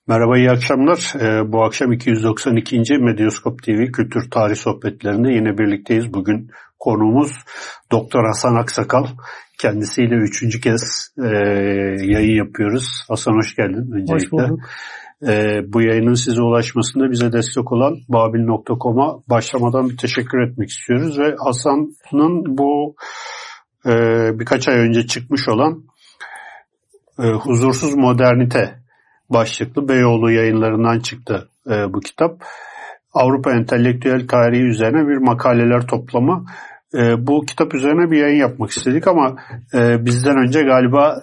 Merhaba, iyi akşamlar. Bu akşam 292. Medyaskop TV Kültür Tarih Sohbetlerinde yine birlikteyiz. Bugün konuğumuz Doktor Hasan Aksakal. Kendisiyle 3. kez yayın yapıyoruz. Hasan, hoş geldin öncelikle. Hoş bulduk. Bu yayının size ulaşmasında bize destek olan babil.com'a başlamadan bir teşekkür etmek istiyoruz. Ve Hasan'ın bu birkaç ay önce çıkmış olan Huzursuz Modernite başlıklı Beyoğlu yayınlarından çıktı bu kitap. Avrupa entelektüel tarihi üzerine bir makaleler toplamı. Bu kitap üzerine bir yayın yapmak istedik ama bizden önce galiba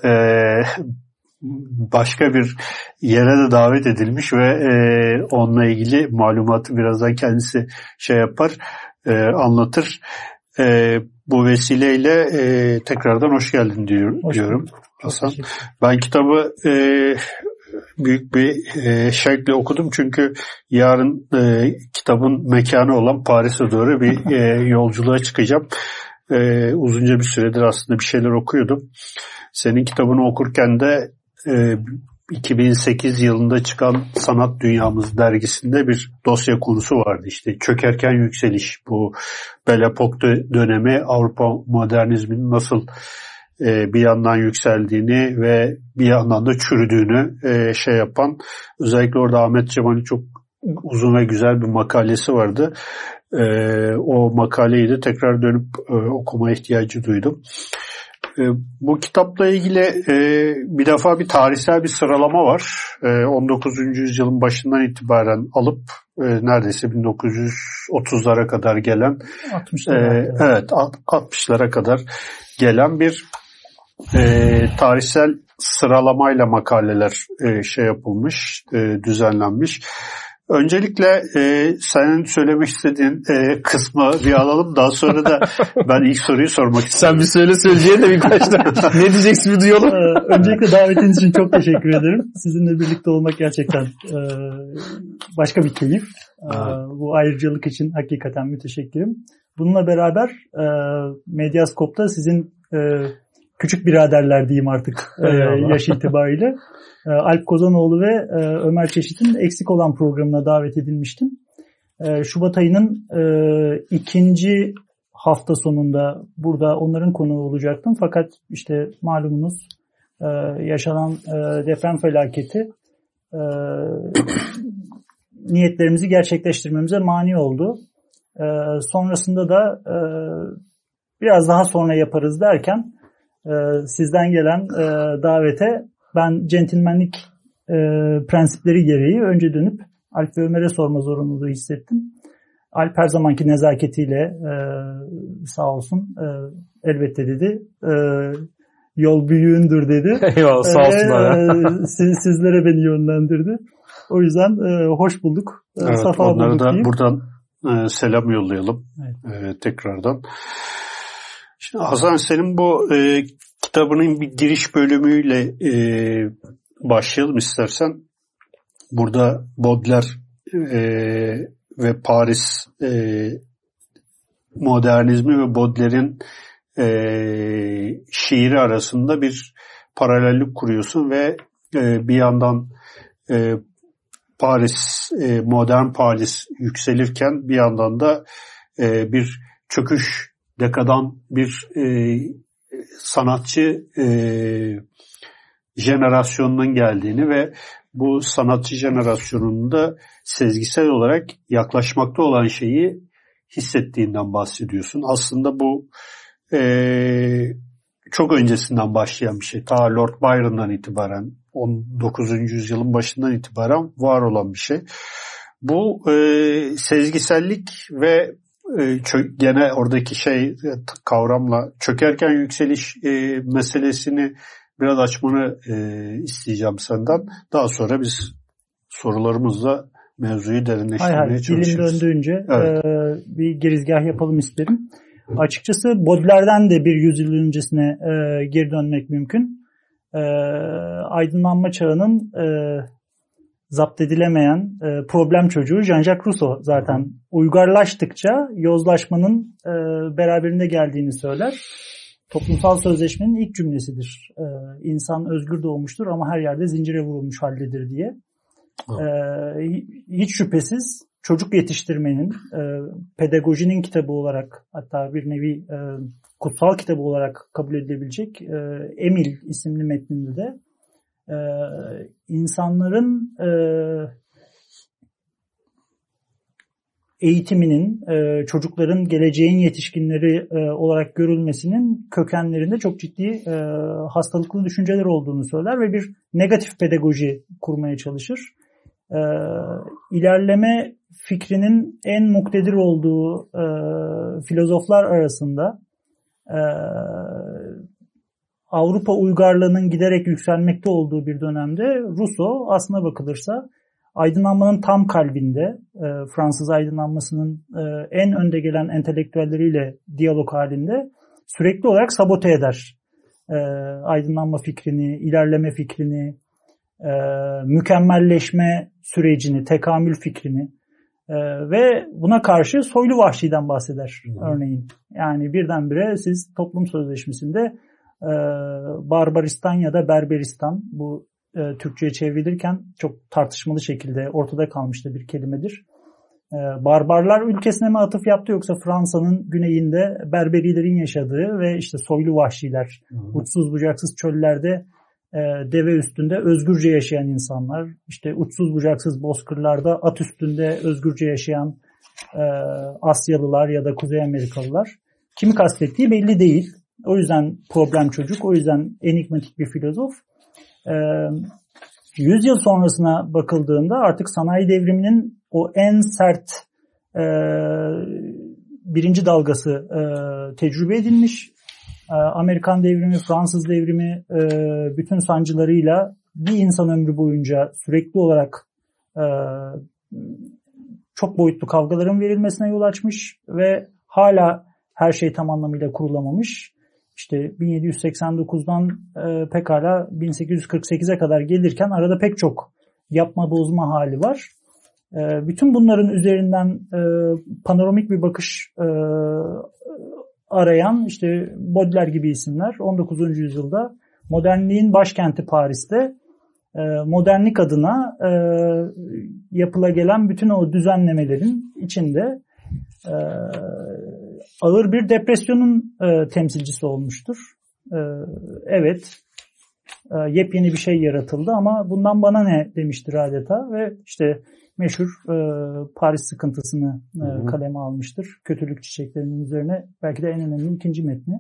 başka bir yere de davet edilmiş ve onunla ilgili malumatı birazdan kendisi yapar, anlatır. Bu vesileyle tekrardan hoş geldin diyorum Hasan. Ben kitabı büyük bir şevkle okudum çünkü yarın kitabın mekanı olan Paris'e doğru bir yolculuğa çıkacağım. Uzunca bir süredir aslında bir şeyler okuyordum. Senin kitabını okurken de 2008 yılında çıkan Sanat Dünyamız dergisinde bir dosya konusu vardı. İşte çökerken yükseliş, bu Belle Époque dönemi Avrupa modernizminin nasıl bir yandan yükseldiğini ve bir yandan da çürüdüğünü yapan, özellikle orada Ahmet Cemal'in çok uzun ve güzel bir makalesi vardı. O makaleyi de tekrar dönüp okuma ihtiyacı duydum. Bu kitapla ilgili bir defa bir tarihsel bir sıralama var. 19. yüzyılın başından itibaren alıp neredeyse 1930'lara kadar gelen 60'lara kadar gelen bir tarihsel sıralamayla makaleler yapılmış, düzenlenmiş. Öncelikle senin söylemek istediğin kısmı bir alalım. Daha sonra da ben ilk soruyu sormak istiyorum. Sen bir söyle, söyleyeceğine de birkaç tane. Ne diyeceksin bir duyalım. Öncelikle davetiniz için çok teşekkür ederim. Sizinle birlikte olmak gerçekten başka bir keyif. Bu ayrıcalık için hakikaten müteşekkirim. Bununla beraber Medyaskop'ta sizin küçük biraderler diyeyim artık yaş itibariyle. Alp Kozanoğlu ve Ömer Çeşit'in Eksik Olan programına davet edilmiştim. Şubat ayının ikinci hafta sonunda burada onların konuğu olacaktım. Fakat işte malumunuz yaşanan deprem felaketi niyetlerimizi gerçekleştirmemize mani oldu. Sonrasında da biraz daha sonra yaparız derken sizden gelen davete ben centilmenlik prensipleri gereği önce dönüp Alp ve Ömer'e sorma zorunluluğu hissettim. Alp her zamanki nezaketiyle sağ olsun elbette dedi. Yol büyüğündür dedi. Eyvallah, sağ olsunlar. Sizlere beni yönlendirdi. O yüzden hoş bulduk. Evet, safa onlara bulduk da diyeyim. buradan selam yollayalım. Evet. Tekrardan. Şimdi Hasan, senin bu kitabının bir giriş bölümüyle başlayalım istersen. Burada Baudelaire ve Paris modernizmi ve Baudelaire'in şiiri arasında bir paralellik kuruyorsun ve bir yandan Paris, modern Paris yükselirken bir yandan da bir çöküş, dekadan bir sanatçı jenerasyonunun geldiğini ve bu sanatçı jenerasyonunun da sezgisel olarak yaklaşmakta olan şeyi hissettiğinden bahsediyorsun. Aslında bu çok öncesinden başlayan bir şey. Ta Lord Byron'dan itibaren, 19. yüzyılın başından itibaren var olan bir şey. Bu sezgisellik ve gene oradaki kavramla çökerken yükseliş meselesini biraz açmanı isteyeceğim senden. Daha sonra biz sorularımızla mevzuyu derinleştirmeye çalışırız. Dilim döndüğünce evet. Bir girizgah yapalım isterim. Açıkçası Baudelaire'den de bir yüzyıl öncesine geri dönmek mümkün. Aydınlanma çağının zapt edilemeyen problem çocuğu Jean-Jacques Rousseau zaten uygarlaştıkça yozlaşmanın beraberinde geldiğini söyler. Toplumsal sözleşmenin ilk cümlesidir. İnsan özgür doğmuştur ama her yerde zincire vurulmuş haldedir diye. Hiç şüphesiz çocuk yetiştirmenin, pedagojinin kitabı olarak, hatta bir nevi kutsal kitabı olarak kabul edilebilecek Emil isimli metninde de insanların eğitiminin, çocukların geleceğin yetişkinleri olarak görülmesinin kökenlerinde çok ciddi hastalıklı düşünceler olduğunu söyler ve bir negatif pedagoji kurmaya çalışır. İlerleme fikrinin en muktedir olduğu filozoflar arasında Avrupa uygarlığının giderek yükselmekte olduğu bir dönemde Rousseau aslına bakılırsa aydınlanmanın tam kalbinde, Fransız aydınlanmasının en önde gelen entelektüelleriyle diyalog halinde sürekli olarak sabote eder. Aydınlanma fikrini, ilerleme fikrini, mükemmelleşme sürecini, tekamül fikrini ve buna karşı soylu vahşiden bahseder örneğin. Yani birdenbire siz toplum sözleşmesinde Barbaristan ya da Berberistan, bu Türkçe'ye çevrilirken çok tartışmalı şekilde ortada kalmıştı bir kelimedir. Barbarlar ülkesine mi atıf yaptı yoksa Fransa'nın güneyinde Berberilerin yaşadığı ve işte soylu vahşiler, uçsuz bucaksız çöllerde deve üstünde özgürce yaşayan insanlar, işte uçsuz bucaksız bozkırlarda at üstünde özgürce yaşayan Asyalılar ya da Kuzey Amerikalılar. Kimi kastettiği belli değil. O yüzden problem çocuk, o yüzden enigmatik bir filozof. 100 yıl sonrasına bakıldığında artık sanayi devriminin o en sert birinci dalgası tecrübe edilmiş. Amerikan devrimi, Fransız devrimi bütün sancılarıyla bir insan ömrü boyunca sürekli olarak çok boyutlu kavgaların verilmesine yol açmış ve hala her şey tam anlamıyla kurulamamış. İşte 1789'dan pekala 1848'e kadar gelirken arada pek çok yapma bozma hali var. Bütün bunların üzerinden panoramik bir bakış arayan işte Baudelaire gibi isimler 19. yüzyılda modernliğin başkenti Paris'te modernlik adına yapıla gelen bütün o düzenlemelerin içinde ağır bir depresyonun temsilcisi olmuştur. Evet, yepyeni bir şey yaratıldı ama bundan bana ne demiştir adeta ve işte meşhur Paris sıkıntısını kaleme almıştır. Kötülük çiçeklerinin üzerine belki de en önemli ikinci metni.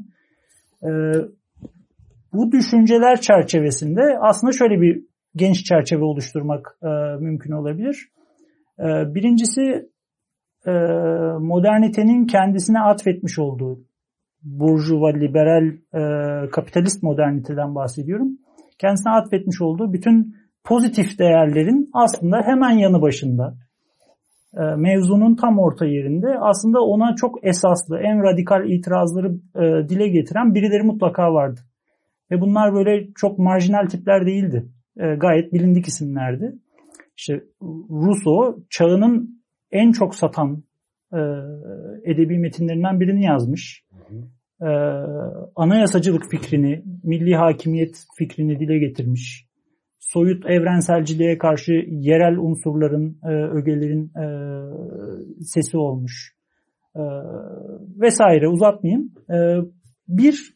Bu düşünceler çerçevesinde aslında şöyle bir geniş çerçeve oluşturmak mümkün olabilir. Birincisi modernitenin kendisine atfetmiş olduğu burjuva, liberal, kapitalist moderniteden bahsediyorum. Kendisine atfetmiş olduğu bütün pozitif değerlerin aslında hemen yanı başında, mevzunun tam orta yerinde aslında ona çok esaslı, en radikal itirazları dile getiren birileri mutlaka vardı. Ve bunlar böyle çok marjinal tipler değildi. Gayet bilindik isimlerdi. İşte Rousseau çağının en çok satan edebi metinlerinden birini yazmış. Anayasacılık fikrini, milli hakimiyet fikrini dile getirmiş. Soyut evrenselciliğe karşı yerel unsurların, ögelerin sesi olmuş. Vesaire, uzatmayayım. Bir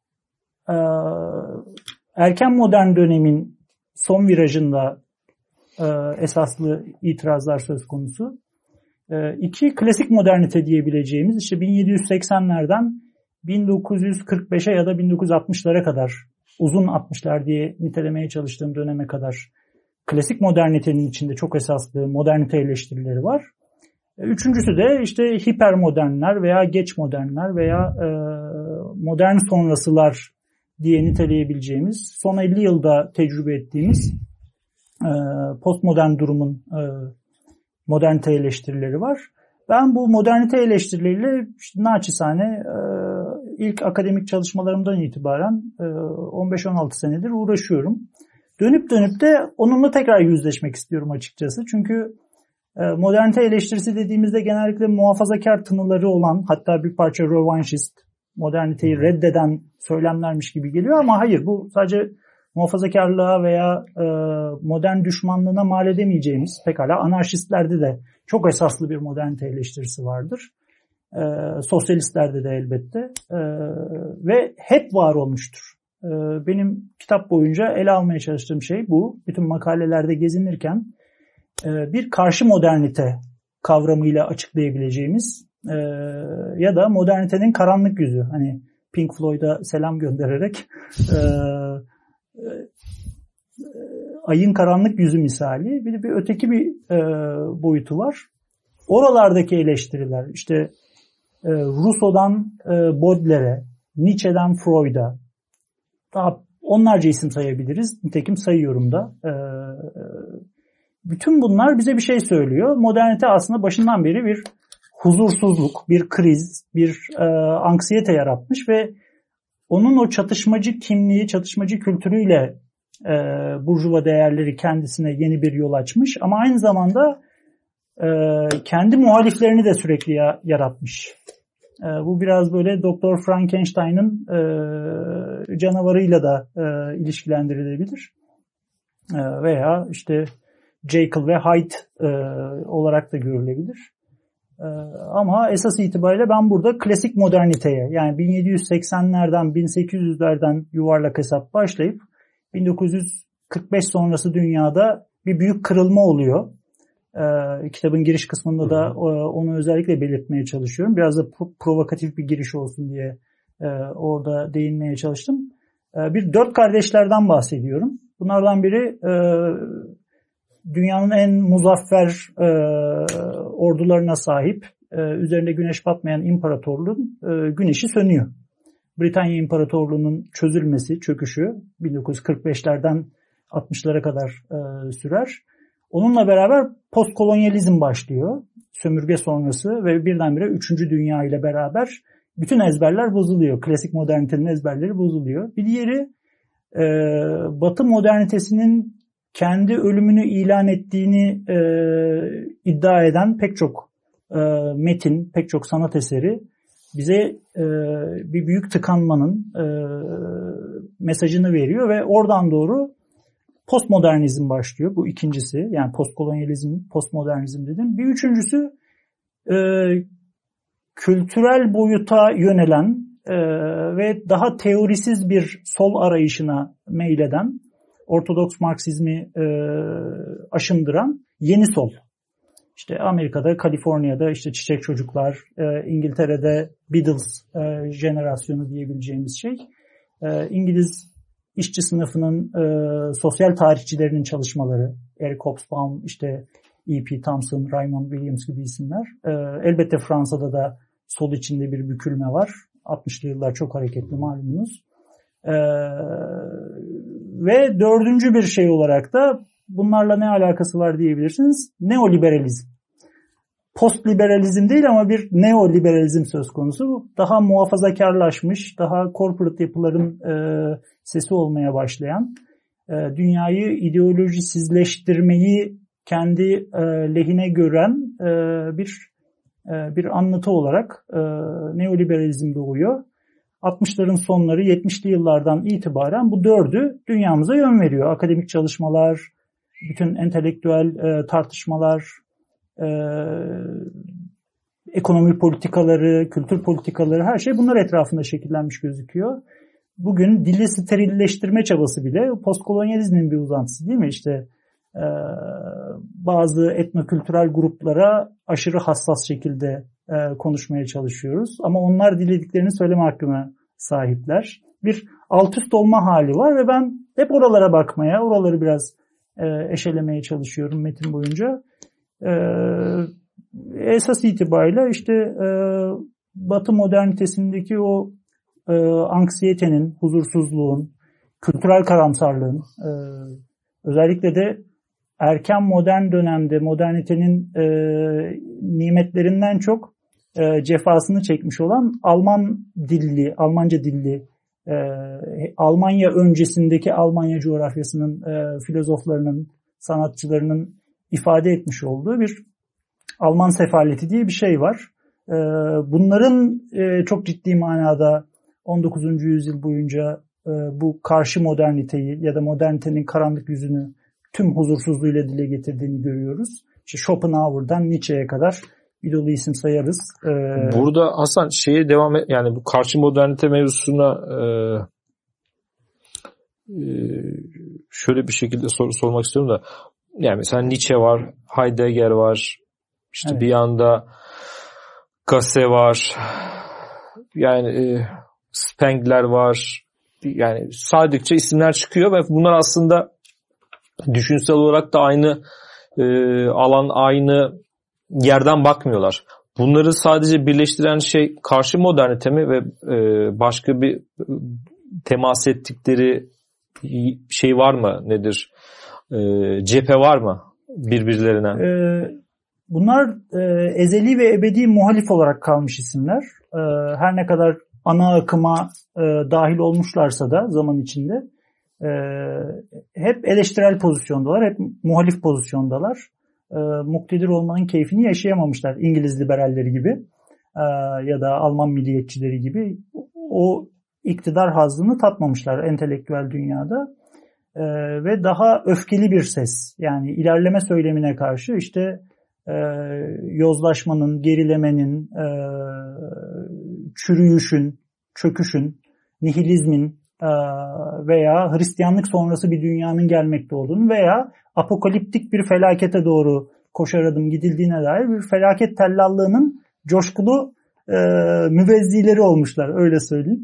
erken modern dönemin son virajında esaslı itirazlar söz konusu. İki, klasik modernite diyebileceğimiz işte 1780'lerden 1945'e ya da 1960'lara kadar, uzun 60'lar diye nitelemeye çalıştığım döneme kadar klasik modernitenin içinde çok esaslı modernite eleştirileri var. Üçüncüsü de işte hipermodernler veya geç modernler veya modern sonrasılar diye niteleyebileceğimiz, son 50 yılda tecrübe ettiğimiz postmodern durumun modernite eleştirileri var. Ben bu modernite eleştirileriyle işte naçizane ilk akademik çalışmalarımdan itibaren 15-16 senedir uğraşıyorum. Dönüp de onunla tekrar yüzleşmek istiyorum açıkçası. Çünkü modernite eleştirisi dediğimizde genellikle muhafazakar tınıları olan, hatta bir parça rövanşist, moderniteyi reddeden söylemlermiş gibi geliyor ama hayır, bu sadece muhafazakarlığa veya modern düşmanlığına mal edemeyeceğimiz, pekala anarşistlerde de çok esaslı bir modernite eleştirisi vardır. Sosyalistlerde de elbette ve hep var olmuştur. Benim kitap boyunca ele almaya çalıştığım şey bu. Bütün makalelerde gezinirken bir karşı modernite kavramıyla açıklayabileceğimiz ya da modernitenin karanlık yüzü. Hani Pink Floyd'a selam göndererek ayın karanlık yüzü misali. Bir de öteki bir boyutu var. Oralardaki eleştiriler işte Rousseau'dan Baudelaire'e, Nietzsche'den Freud'a, daha onlarca isim sayabiliriz. Nitekim sayıyorum da. Bütün bunlar bize bir şey söylüyor. Modernite aslında başından beri bir huzursuzluk, bir kriz, bir anksiyete yaratmış ve onun o çatışmacı kimliği, çatışmacı kültürüyle burjuva değerleri kendisine yeni bir yol açmış. Ama aynı zamanda kendi muhaliflerini de sürekli yaratmış. Bu biraz böyle Doktor Frankenstein'ın canavarıyla da ilişkilendirilebilir. Veya işte Jekyll ve Hyde olarak da görülebilir. Ama esas itibariyle ben burada klasik moderniteye, yani 1780'lerden 1800'lerden yuvarlak hesap başlayıp 1945 sonrası dünyada bir büyük kırılma oluyor. Kitabın giriş kısmında da onu özellikle belirtmeye çalışıyorum. Biraz da provokatif bir giriş olsun diye orada değinmeye çalıştım. Bir 4 kardeşlerden bahsediyorum. Bunlardan biri dünyanın en muzaffer ordularına sahip, üzerinde güneş batmayan imparatorluğun güneşi sönüyor. Britanya İmparatorluğu'nun çözülmesi, çöküşü 1945'lerden 60'lara kadar sürer. Onunla beraber postkolonyalizm başlıyor. Sömürge sonrası ve birdenbire 3. Dünya ile beraber bütün ezberler bozuluyor. Klasik modernitenin ezberleri bozuluyor. Bir diğeri Batı modernitesinin kendi ölümünü ilan ettiğini iddia eden pek çok metin, pek çok sanat eseri bize bir büyük tıkanmanın mesajını veriyor ve oradan doğru postmodernizm başlıyor. Bu ikincisi, yani postkolonyalizm, postmodernizm dedim. Bir üçüncüsü kültürel boyuta yönelen ve daha teorisiz bir sol arayışına meyleden, Ortodoks Marksizmi aşındıran yeni sol. İşte Amerika'da, Kaliforniya'da işte Çiçek Çocuklar, İngiltere'de Beatles jenerasyonu diyebileceğimiz şey. İngiliz işçi sınıfının sosyal tarihçilerinin çalışmaları, Eric Hobsbawm, işte E.P. Thompson, Raymond Williams gibi isimler. Elbette Fransa'da da sol içinde bir bükülme var. 60'lı yıllar çok hareketli malumunuz. Ve dördüncü bir şey olarak da bunlarla ne alakası var diyebilirsiniz. Neoliberalizm. Postliberalizm değil ama bir neoliberalizm söz konusu. Daha muhafazakarlaşmış, daha corporate yapıların sesi olmaya başlayan, dünyayı ideolojisizleştirmeyi kendi lehine gören bir anlatı olarak neoliberalizm doğuyor. 60'ların sonları, 70'li yıllardan itibaren bu dördü dünyamıza yön veriyor. Akademik çalışmalar, bütün entelektüel tartışmalar, ekonomi politikaları, kültür politikaları, her şey bunlar etrafında şekillenmiş gözüküyor. Bugün dili sterilleştirme çabası bile postkolonyalizmin bir uzantısı değil mi? İşte bazı etnokültürel gruplara aşırı hassas şekilde konuşmaya çalışıyoruz. Ama onlar dilediklerini söyleme hakkına sahipler. Bir alt üst olma hali var ve ben hep oralara bakmaya, oraları biraz eşelemeye çalışıyorum metin boyunca. Esas itibariyle işte Batı modernitesindeki o anksiyetenin, huzursuzluğun, kültürel karamsarlığın, özellikle de erken modern dönemde modernitenin nimetlerinden çok cefasını çekmiş olan Almanca dilli, Almanya öncesindeki Almanya coğrafyasının filozoflarının, sanatçılarının ifade etmiş olduğu bir Alman sefaleti diye bir şey var. Bunların çok ciddi manada 19. yüzyıl boyunca bu karşı moderniteyi ya da modernitenin karanlık yüzünü tüm huzursuzluğuyla dile getirdiğini görüyoruz. İşte Schopenhauer'dan Nietzsche'ye kadar bir dolu isim sayarız. Burada Hasan devam et, yani bu karşı modernite mevzusuna şöyle bir şekilde soru sormak istiyorum da, yani mesela Nietzsche var, Heidegger var, işte evet, bir yanda Gasse var, yani Spengler var, yani saydıkça isimler çıkıyor ve bunlar aslında düşünsel olarak da aynı alan, aynı yerden bakmıyorlar. Bunları sadece birleştiren şey karşı modernite mi ve başka bir temas ettikleri şey var mı? Nedir? Cephe var mı birbirlerine? Bunlar ezeli ve ebedi muhalif olarak kalmış isimler. Her ne kadar ana akıma dahil olmuşlarsa da zaman içinde hep eleştirel pozisyondalar, hep muhalif pozisyondalar. Muktedir olmanın keyfini yaşayamamışlar, İngiliz liberalleri gibi ya da Alman milliyetçileri gibi. O iktidar hazzını tatmamışlar entelektüel dünyada ve daha öfkeli bir ses, yani ilerleme söylemine karşı işte yozlaşmanın, gerilemenin, çürüyüşün, çöküşün, nihilizmin veya Hristiyanlık sonrası bir dünyanın gelmekte olduğunu veya apokaliptik bir felakete doğru koşar adım gidildiğine dair bir felaket tellallığının coşkulu müvezzileri olmuşlar, öyle söyleyeyim.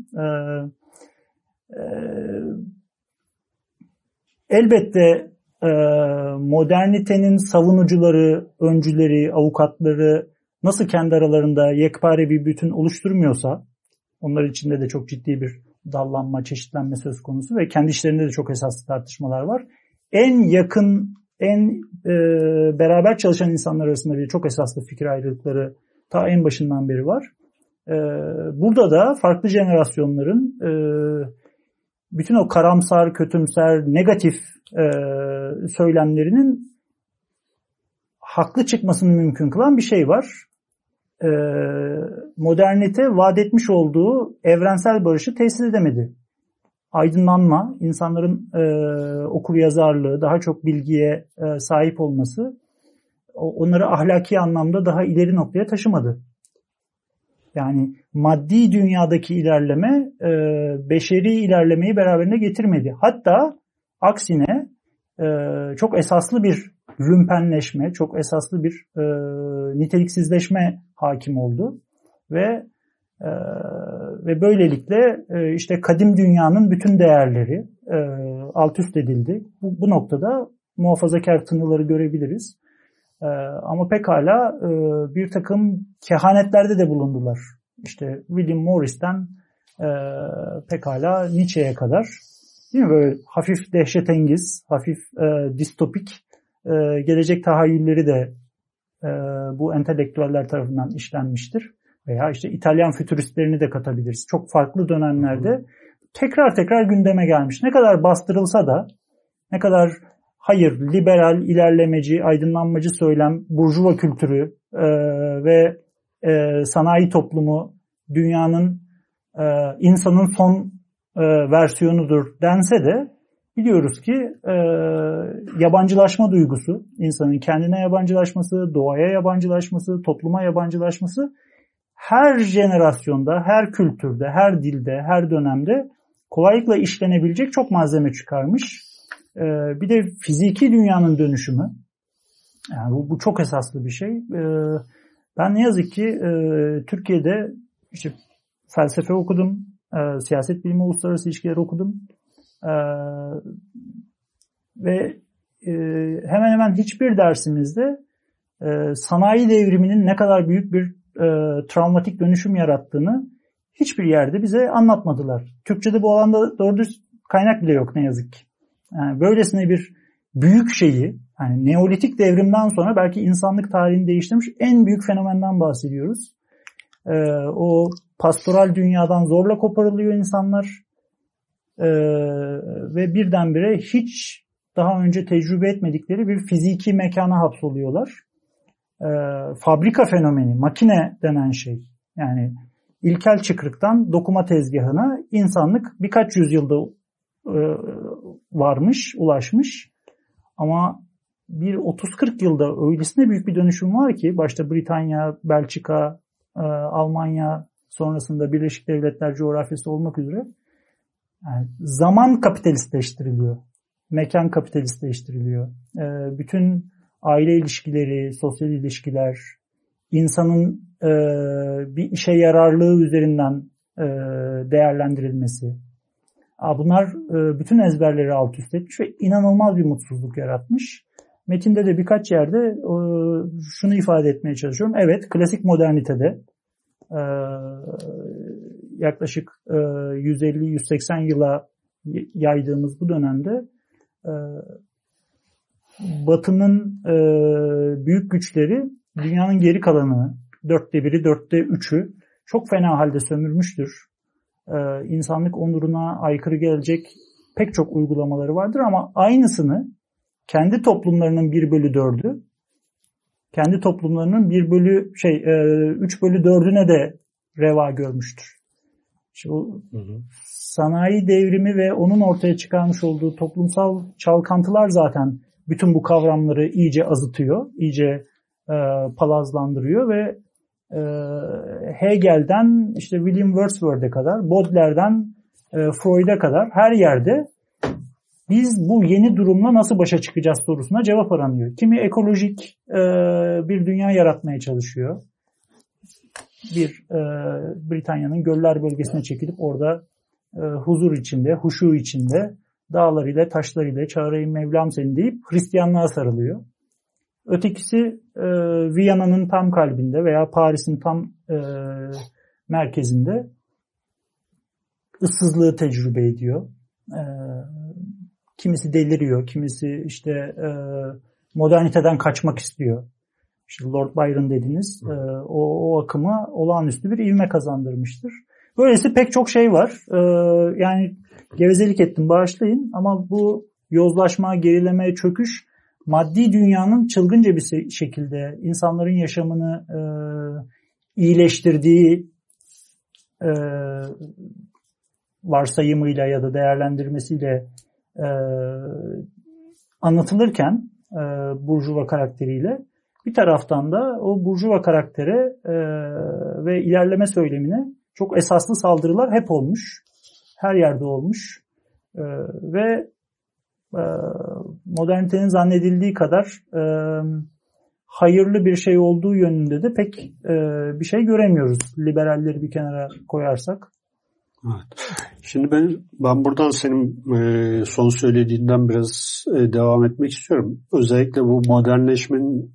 Elbette modernitenin savunucuları, öncüleri, avukatları nasıl kendi aralarında yekpare bir bütün oluşturmuyorsa, onlar içinde de çok ciddi bir dallanma, çeşitlenme söz konusu ve kendi işlerinde de çok esaslı tartışmalar var. En yakın, beraber çalışan insanlar arasında bir çok esaslı fikir ayrılıkları ta en başından beri var. Burada da farklı jenerasyonların bütün o karamsar, kötümser, negatif söylemlerinin haklı çıkmasını mümkün kılan bir şey var. Modernite vaat etmiş olduğu evrensel barışı tesis edemedi. Aydınlanma, insanların okuryazarlığı, daha çok bilgiye sahip olması onları ahlaki anlamda daha ileri noktaya taşımadı. Yani maddi dünyadaki ilerleme beşeri ilerlemeyi beraberinde getirmedi. Hatta aksine çok esaslı bir lümpenleşme, çok esaslı bir niteliksizleşme hakim oldu ve böylelikle işte kadim dünyanın bütün değerleri alt üst edildi. Bu noktada muhafazakar tınıları görebiliriz. Ama pekala bir takım kehanetlerde de bulundular. İşte William Morris'ten pekala Nietzsche'ye kadar, değil mi? Böyle hafif dehşetengiz, hafif distopik gelecek tahayyülleri de bu entelektüeller tarafından işlenmiştir. Veya işte İtalyan fütüristlerini de katabiliriz. Çok farklı dönemlerde tekrar gündeme gelmiş. Ne kadar bastırılsa da, ne kadar hayır, liberal, ilerlemeci, aydınlanmacı söylem, burjuva kültürü ve sanayi toplumu dünyanın, insanın son versiyonudur dense de biliyoruz ki yabancılaşma duygusu, insanın kendine yabancılaşması, doğaya yabancılaşması, topluma yabancılaşması her jenerasyonda, her kültürde, her dilde, her dönemde kolaylıkla işlenebilecek çok malzeme çıkarmış. Bir de fiziki dünyanın dönüşümü. Yani bu çok esaslı bir şey. Ben ne yazık ki Türkiye'de işte felsefe okudum, siyaset bilimi, uluslararası ilişkiler okudum. Ve hemen hemen hiçbir dersimizde sanayi devriminin ne kadar büyük bir travmatik dönüşüm yarattığını hiçbir yerde bize anlatmadılar. Türkçe'de bu alanda doğru düz kaynak bile yok ne yazık ki. Yani böylesine bir büyük şeyi, yani Neolitik devrimden sonra belki insanlık tarihini değiştirmiş en büyük fenomenden bahsediyoruz. O pastoral dünyadan zorla koparılıyor insanlar ve birdenbire hiç daha önce tecrübe etmedikleri bir fiziki mekana hapsoluyorlar. Fabrika fenomeni, makine denen şey. Yani ilkel çıkrıktan dokuma tezgahına insanlık birkaç yüzyılda varmış, ulaşmış. Ama bir 30-40 yılda öylesine büyük bir dönüşüm var ki başta Britanya, Belçika, Almanya, sonrasında Birleşik Devletler coğrafyası olmak üzere yani zaman kapitalistleştiriliyor. Mekan kapitalistleştiriliyor. Bütün aile ilişkileri, sosyal ilişkiler, insanın bir işe yararlığı üzerinden değerlendirilmesi. Bunlar bütün ezberleri alt üst etmiş ve inanılmaz bir mutsuzluk yaratmış. Metinde de birkaç yerde şunu ifade etmeye çalışıyorum. Evet, klasik modernitede yaklaşık 150-180 yıla yaydığımız bu dönemde Batı'nın büyük güçleri dünyanın geri kalanını, 1/4, 3'ü çok fena halde sömürmüştür. İnsanlık onuruna aykırı gelecek pek çok uygulamaları vardır ama aynısını kendi toplumlarının 1/4'ü, kendi toplumlarının 3/4'üne de reva görmüştür. İşte bu sanayi devrimi ve onun ortaya çıkarmış olduğu toplumsal çalkantılar zaten bütün bu kavramları iyice azıtıyor, iyice palazlandırıyor ve Hegel'den işte William Wordsworth'e kadar, Baudelaire'den Freud'a kadar her yerde biz bu yeni durumla nasıl başa çıkacağız sorusuna cevap aranıyor. Kimi ekolojik bir dünya yaratmaya çalışıyor. Britanya'nın göller bölgesine çekilip orada huzur içinde, huşu içinde dağlarıyla, taşlarıyla çağırayım Mevlam seni deyip Hristiyanlığa sarılıyor. Ötekisi Viyana'nın tam kalbinde veya Paris'in tam merkezinde ıssızlığı tecrübe ediyor. Kimisi deliriyor, kimisi işte moderniteden kaçmak istiyor. İşte Lord Byron dediğiniz o akıma olağanüstü bir ivme kazandırmıştır. Böylesi pek çok şey var. Yani gevezelik ettim, bağışlayın ama bu yozlaşma, gerileme, çöküş maddi dünyanın çılgınca bir şekilde insanların yaşamını iyileştirdiği varsayımıyla ya da değerlendirmesiyle anlatılırken Burjuva karakteriyle bir taraftan da o Burjuva karaktere ve ilerleme söylemine çok esaslı saldırılar hep olmuş. Her yerde olmuş. Ve modernitenin zannedildiği kadar hayırlı bir şey olduğu yönünde de pek bir şey göremiyoruz. Liberalleri bir kenara koyarsak. Evet. Şimdi ben buradan senin son söylediğinden biraz devam etmek istiyorum. Özellikle bu modernleşmenin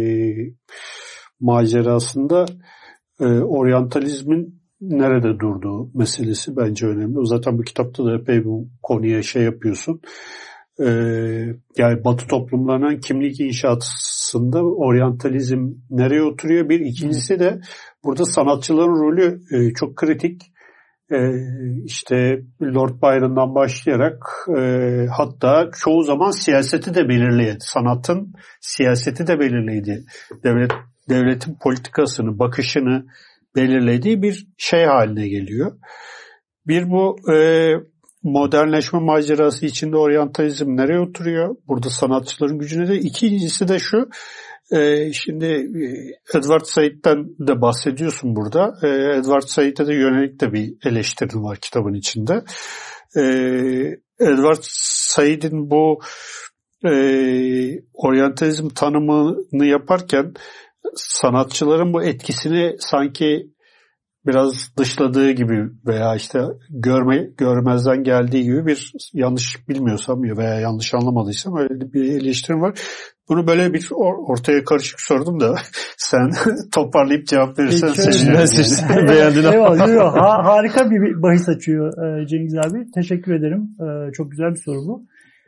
macerasında oryantalizmin nerede durduğu meselesi bence önemli. Zaten bu kitapta da epey bu konuya yapıyorsun. Yani Batı toplumlarının kimlik inşasında oryantalizm nereye oturuyor? İkincisi de burada sanatçıların rolü çok kritik. İşte Lord Byron'dan başlayarak hatta çoğu zaman siyaseti de belirleydi. Sanatın siyaseti de belirleydi. Devletin politikasını, bakışını belirlediği bir şey haline geliyor. Bir bu modernleşme macerası içinde oryantalizm nereye oturuyor? Burada sanatçıların gücüne de. İkincisi de şu, şimdi Edward Said'den de bahsediyorsun burada. Edward Said'e de yönelik de bir eleştirin var kitabın içinde. Edward Said'in bu oryantalizm tanımını yaparken sanatçıların bu etkisini sanki biraz dışladığı gibi veya işte görmezden geldiği gibi bir, yanlış bilmiyorsam veya yanlış anlamadıysam öyle bir eleştirim var. Bunu böyle bir ortaya karışık sordum da sen toparlayıp cevap verirsen sevinirim. Beğendin. Eyvallah. Harika bir bahis açıyor Cengiz abi. Teşekkür ederim. Çok güzel bir soru bu.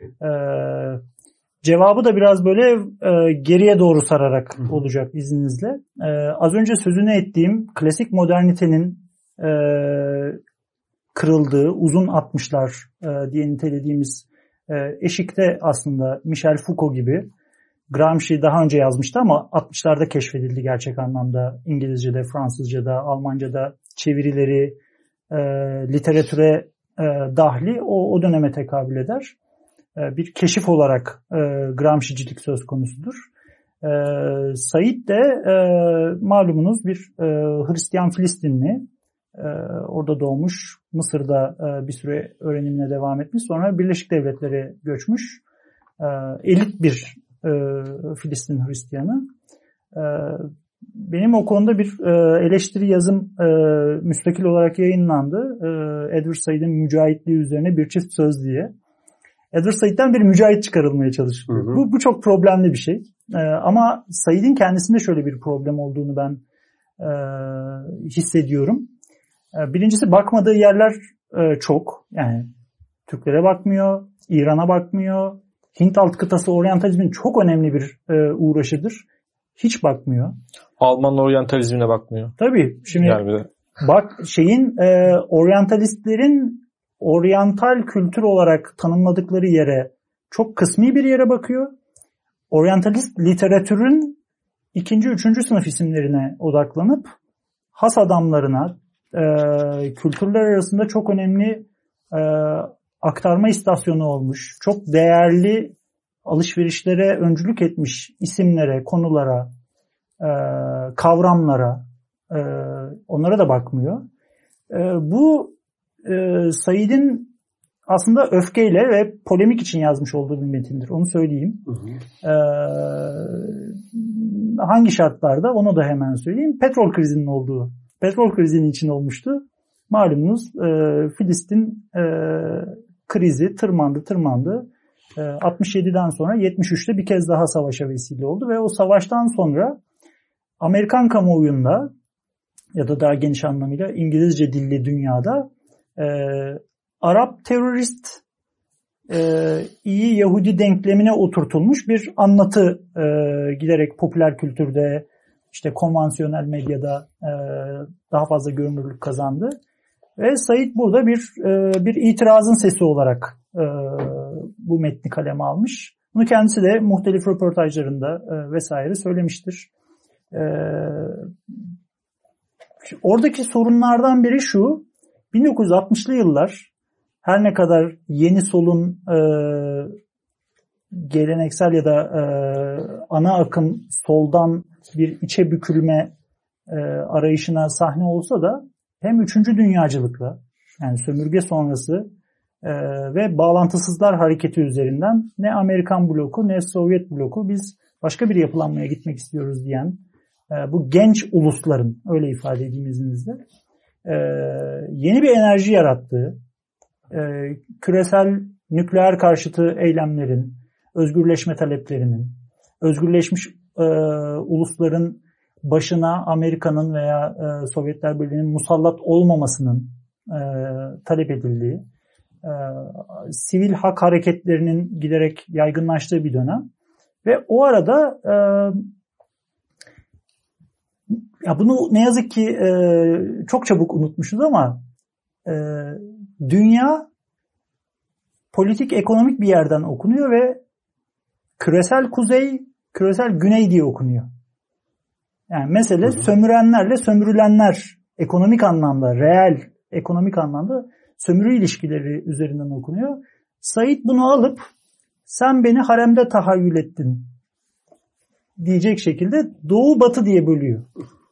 Cevabı da biraz böyle geriye doğru sararak olacak izninizle. Az önce sözünü ettiğim klasik modernitenin kırıldığı uzun 60'lar diye nitelediğimiz eşikte aslında Michel Foucault gibi, Gramsci daha önce yazmıştı ama 60'larda keşfedildi gerçek anlamda. İngilizce'de, Fransızca'da, Almanca'da çevirileri, literatüre dahli o döneme tekabül eder. Bir keşif olarak Gramsci'cilik söz konusudur. Said de malumunuz bir Hristiyan Filistinli. Orada doğmuş, Mısır'da bir süre öğrenimine devam etmiş. Sonra Birleşik Devletlere göçmüş. Elit bir Filistin Hristiyanı. Benim o konuda bir eleştiri yazım müstakil olarak yayınlandı. Edward Said'in mücahitliği üzerine bir çift söz diye. Edward Said'den bir mücahit çıkarılmaya çalışılıyor. Bu çok problemli bir şey. Ama Said'in kendisinde şöyle bir problem olduğunu ben hissediyorum. Birincisi bakmadığı yerler çok. Yani Türklere bakmıyor, İran'a bakmıyor. Hint alt kıtası oryantalizmin çok önemli bir uğraşıdır. Hiç bakmıyor. Alman oryantalizmine bakmıyor. Tabii. Şimdi yani bak oryantalistlerin oryantal kültür olarak tanımladıkları yere çok kısmi bir yere bakıyor. Oryantalist literatürün 2. 3. sınıf isimlerine odaklanıp has adamlarına, kültürler arasında çok önemli aktarma istasyonu olmuş, çok değerli alışverişlere öncülük etmiş isimlere, konulara, kavramlara, onlara da bakmıyor. Bu Said'in aslında öfkeyle ve polemik için yazmış olduğu bir metindir. Onu söyleyeyim. Hangi şartlarda onu da hemen söyleyeyim. Petrol krizinin için olmuştu. Malumunuz Filistin krizi tırmandı. 67'den sonra 73'te bir kez daha savaşa vesile oldu ve o savaştan sonra Amerikan kamuoyunda ya da daha geniş anlamıyla İngilizce dilli dünyada Arap terörist, iyi Yahudi denklemine oturtulmuş bir anlatı giderek popüler kültürde, işte konvansiyonel medyada daha fazla görünürlük kazandı. Ve Said burada bir itirazın sesi olarak bu metni kaleme almış. Bunu kendisi de muhtelif röportajlarında vesaire söylemiştir. Oradaki sorunlardan biri şu: 1960'lı yıllar her ne kadar yeni solun geleneksel ya da ana akım soldan bir içe bükülme arayışına sahne olsa da hem 3. dünyacılıkla, yani sömürge sonrası ve bağlantısızlar hareketi üzerinden ne Amerikan bloku ne Sovyet bloku biz başka bir yapılanmaya gitmek istiyoruz diyen bu genç ulusların, öyle ifade edeyim izninizle, yeni bir enerji yarattığı, küresel nükleer karşıtı eylemlerin, özgürleşme taleplerinin, özgürleşmiş ulusların başına Amerika'nın veya Sovyetler Birliği'nin musallat olmamasının talep edildiği, sivil hak hareketlerinin giderek yaygınlaştığı bir dönem. Ve o arada ya bunu ne yazık ki çok çabuk unutmuşuz ama dünya politik ekonomik bir yerden okunuyor ve küresel kuzey, küresel güney diye okunuyor. Yani mesele sömürenlerle sömürülenler ekonomik anlamda, reel ekonomik anlamda sömürü ilişkileri üzerinden okunuyor. Said bunu alıp sen beni haremde tahayyül ettin diyecek şekilde doğu batı diye bölüyor.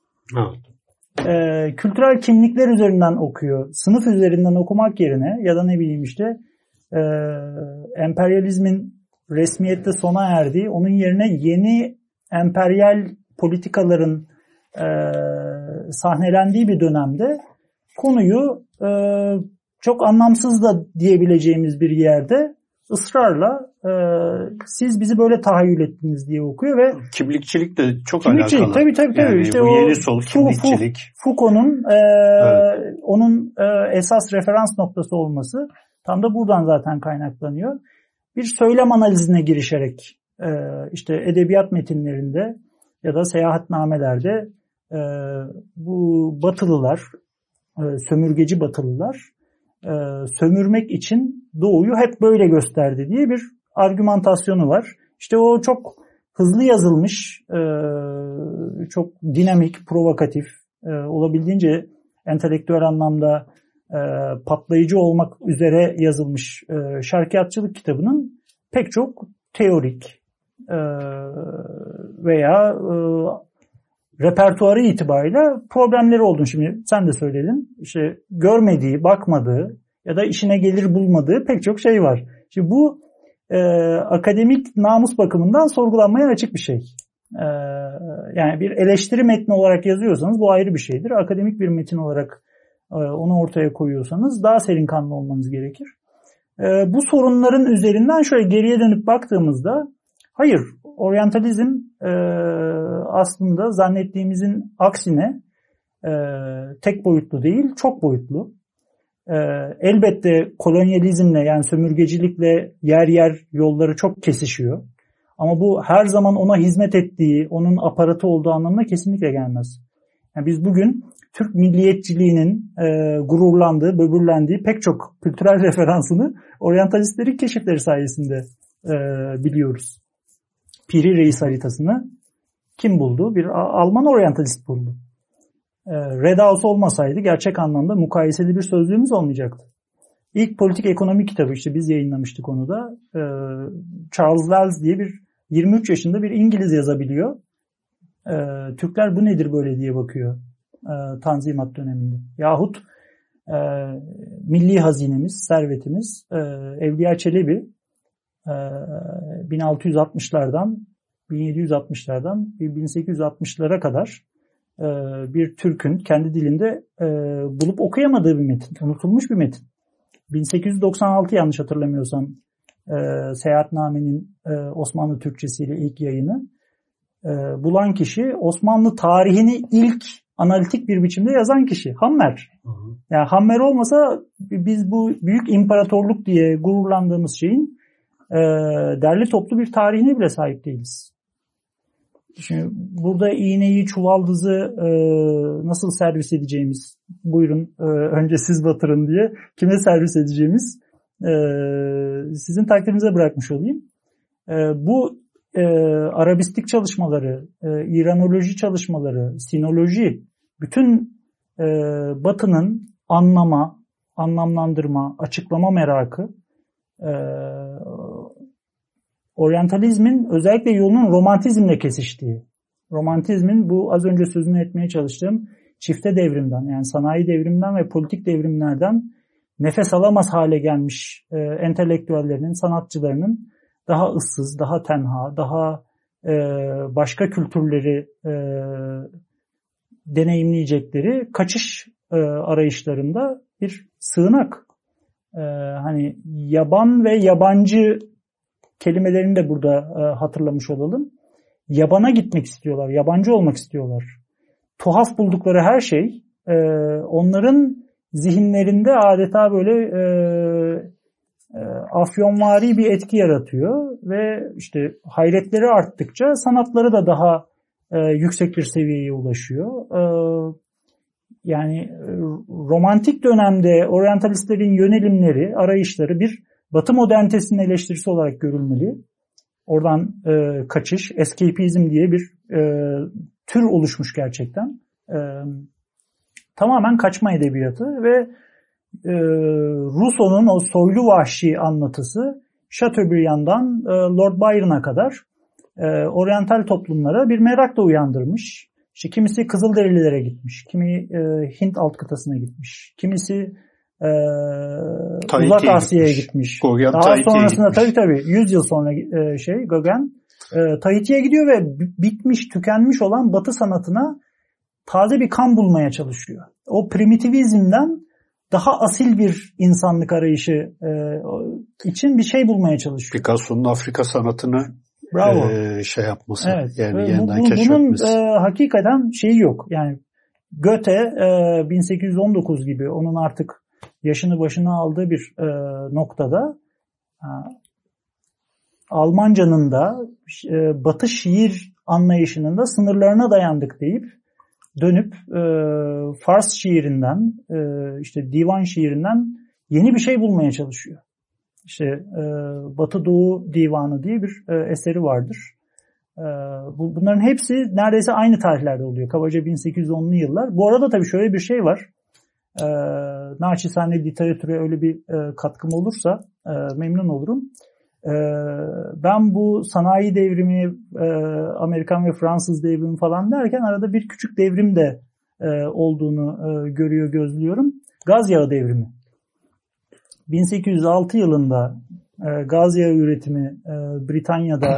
Kültürel kimlikler üzerinden okuyor. Sınıf üzerinden okumak yerine ya da ne bileyim işte emperyalizmin resmiyette sona erdiği, onun yerine yeni emperyal politikaların sahnelendiği bir dönemde konuyu çok anlamsız da diyebileceğimiz bir yerde ısrarla siz bizi böyle tahayyül ettiniz diye okuyor ve kimlikçilik de çok alakalı. Tabii. Yani işte bu o yeni sol kimlikçilik. Foucault'un onun esas referans noktası olması tam da buradan zaten kaynaklanıyor. Bir söylem analizine girişerek işte edebiyat metinlerinde ya da seyahatnamelerde bu batılılar, sömürgeci batılılar sömürmek için Doğu'yu hep böyle gösterdi diye bir argümantasyonu var. İşte o çok hızlı yazılmış, çok dinamik, provokatif, olabildiğince entelektüel anlamda patlayıcı olmak üzere yazılmış şarkiyatçılık kitabının pek çok teorik veya repertuarı itibariyle problemleri olduğunu şimdi sen de söyledin. İşte görmediği, bakmadığı ya da işine gelir bulmadığı pek çok şey var. Şimdi bu akademik namus bakımından sorgulanmaya açık bir şey. Yani bir eleştiri metni olarak yazıyorsanız bu ayrı bir şeydir. Akademik bir metin olarak onu ortaya koyuyorsanız daha serin kanlı olmanız gerekir. Bu sorunların üzerinden şöyle geriye dönüp baktığımızda hayır, oryantalizm aslında zannettiğimizin aksine tek boyutlu değil, çok boyutlu. Elbette kolonyalizmle yani sömürgecilikle yer yer yolları çok kesişiyor. Ama bu her zaman ona hizmet ettiği, onun aparatı olduğu anlamına kesinlikle gelmez. Yani biz bugün Türk milliyetçiliğinin gururlandığı, böbürlendiği pek çok kültürel referansını oryantalistlerin keşifleri sayesinde biliyoruz. Piri Reis haritasını kim buldu? Bir Alman oryantalist buldu. Redaus olmasaydı gerçek anlamda mukayeseli bir sözlüğümüz olmayacaktı. İlk politik ekonomi kitabı işte biz yayınlamıştık onu da. Charles Wells diye bir 23 yaşında bir İngiliz yazabiliyor. Türkler bu nedir böyle diye bakıyor Tanzimat döneminde. Yahut milli hazinemiz, servetimiz Evliya Çelebi 1660'lardan 1760'lardan 1860'lara kadar bir Türk'ün kendi dilinde bulup okuyamadığı bir metin, unutulmuş bir metin. 1896 yanlış hatırlamıyorsam Seyahatname'nin Osmanlı Türkçesiyle ilk yayını bulan kişi Osmanlı tarihini ilk analitik bir biçimde yazan kişi. Hammer. Yani Hammer olmasa biz bu büyük imparatorluk diye gururlandığımız şeyin derli toplu bir tarihine bile sahip değiliz. Şimdi burada iğneyi, çuvaldızı nasıl servis edeceğimiz, buyurun önce siz batırın diye kime servis edeceğimiz sizin takdirinize bırakmış olayım. Bu Arabistik çalışmaları, İranoloji çalışmaları, sinoloji, bütün Batı'nın anlamlandırma, açıklama merakı, oryantalizmin özellikle yolunun romantizmle kesiştiği, romantizmin bu az önce sözünü etmeye çalıştığım çifte devrimden yani sanayi devriminden ve politik devrimlerden nefes alamaz hale gelmiş entelektüellerinin, sanatçılarının daha ıssız, daha tenha, daha başka kültürleri deneyimleyecekleri kaçış arayışlarında bir sığınak. Hani yaban ve yabancı kelimelerini de burada hatırlamış olalım. Yabana gitmek istiyorlar, yabancı olmak istiyorlar. Tuhaf buldukları her şey onların zihinlerinde adeta böyle afyonvari bir etki yaratıyor ve işte hayretleri arttıkça sanatları da daha yüksek bir seviyeye ulaşıyor. Yani romantik dönemde oryantalistlerin yönelimleri, arayışları bir Batı modernitesinin eleştirisi olarak görülmeli. Oradan kaçış, escapizm diye bir tür oluşmuş gerçekten. Tamamen kaçma edebiyatı ve Rousseau'nun o soylu vahşi anlatısı Chateaubriand'dan Lord Byron'a kadar oryantal toplumlara bir merak da uyandırmış. İşte kimisi Kızılderililere gitmiş, kimi Hint alt kıtasına gitmiş, kimisi Uzak Asya'ya gitmiş. Gauguin, daha sonrasında tabii 100 yıl sonra Gauguin Tahiti'ye gidiyor ve bitmiş, tükenmiş olan Batı sanatına taze bir kan bulmaya çalışıyor. O primitivizmden daha asil bir insanlık arayışı için bir şey bulmaya çalışıyor. Picasso'nun Afrika sanatını şey yapması, evet. Yani yeniden keşfetmesi. Bunun hakikaten şeyi yok. Yani Goethe 1819 gibi onun artık yaşını başına aldığı bir noktada Almanca'nın da Batı şiir anlayışının da sınırlarına dayandık deyip dönüp Fars şiirinden, işte divan şiirinden yeni bir şey bulmaya çalışıyor. İşte Batı Doğu Divanı diye bir eseri vardır. Bunların hepsi neredeyse aynı tarihlerde oluyor. Kabaca 1810'lu yıllar. Bu arada tabii şöyle bir şey var. Naçizane literatüre öyle bir katkım olursa memnun olurum. Ben bu sanayi devrimi, Amerikan ve Fransız devrimi falan derken arada bir küçük devrim de olduğunu görüyor, gözlüyorum. Gaz yağı devrimi. 1806 yılında gaz yağı üretimi Britanya'da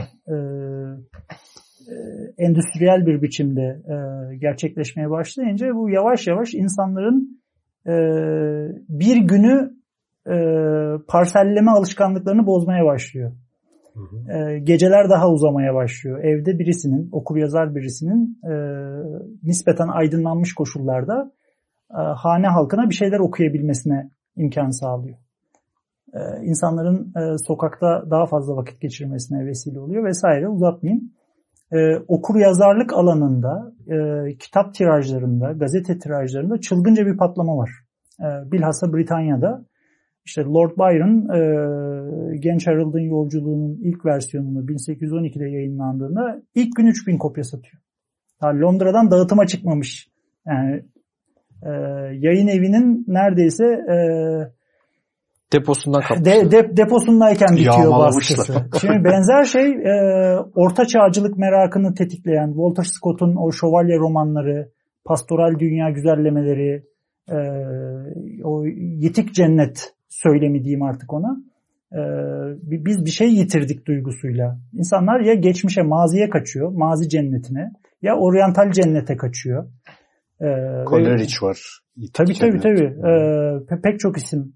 endüstriyel bir biçimde gerçekleşmeye başlayınca bu yavaş yavaş insanların bir günü parselleme alışkanlıklarını bozmaya başlıyor. Geceler daha uzamaya başlıyor. Evde birisinin, okur yazar birisinin nispeten aydınlanmış koşullarda hane halkına bir şeyler okuyabilmesine imkan sağlıyor. İnsanların sokakta daha fazla vakit geçirmesine vesile oluyor vesaire, uzatmayayım. Okur yazarlık alanında, kitap tirajlarında, gazete tirajlarında çılgınca bir patlama var. Bilhassa Britanya'da. İşte Lord Byron Genç Harold'un Yolculuğu'nun ilk versiyonunu 1812'de yayınlandığında ilk gün 3000 kopya satıyor. Yani Londra'dan dağıtıma çıkmamış. Yani yayın evinin neredeyse deposundan kapmış. Deposundayken bitiyor baskısı. Şimdi benzer şey Orta Çağcılık merakını tetikleyen Walter Scott'un o şövalye romanları, pastoral dünya güzellemeleri, o yitik cennet söylemi diyeyim artık ona. Biz bir şey yitirdik duygusuyla. İnsanlar ya geçmişe, maziye kaçıyor, mazi cennetine, ya oryantal cennete kaçıyor. Coleridge var. Tabii. Pek çok isim.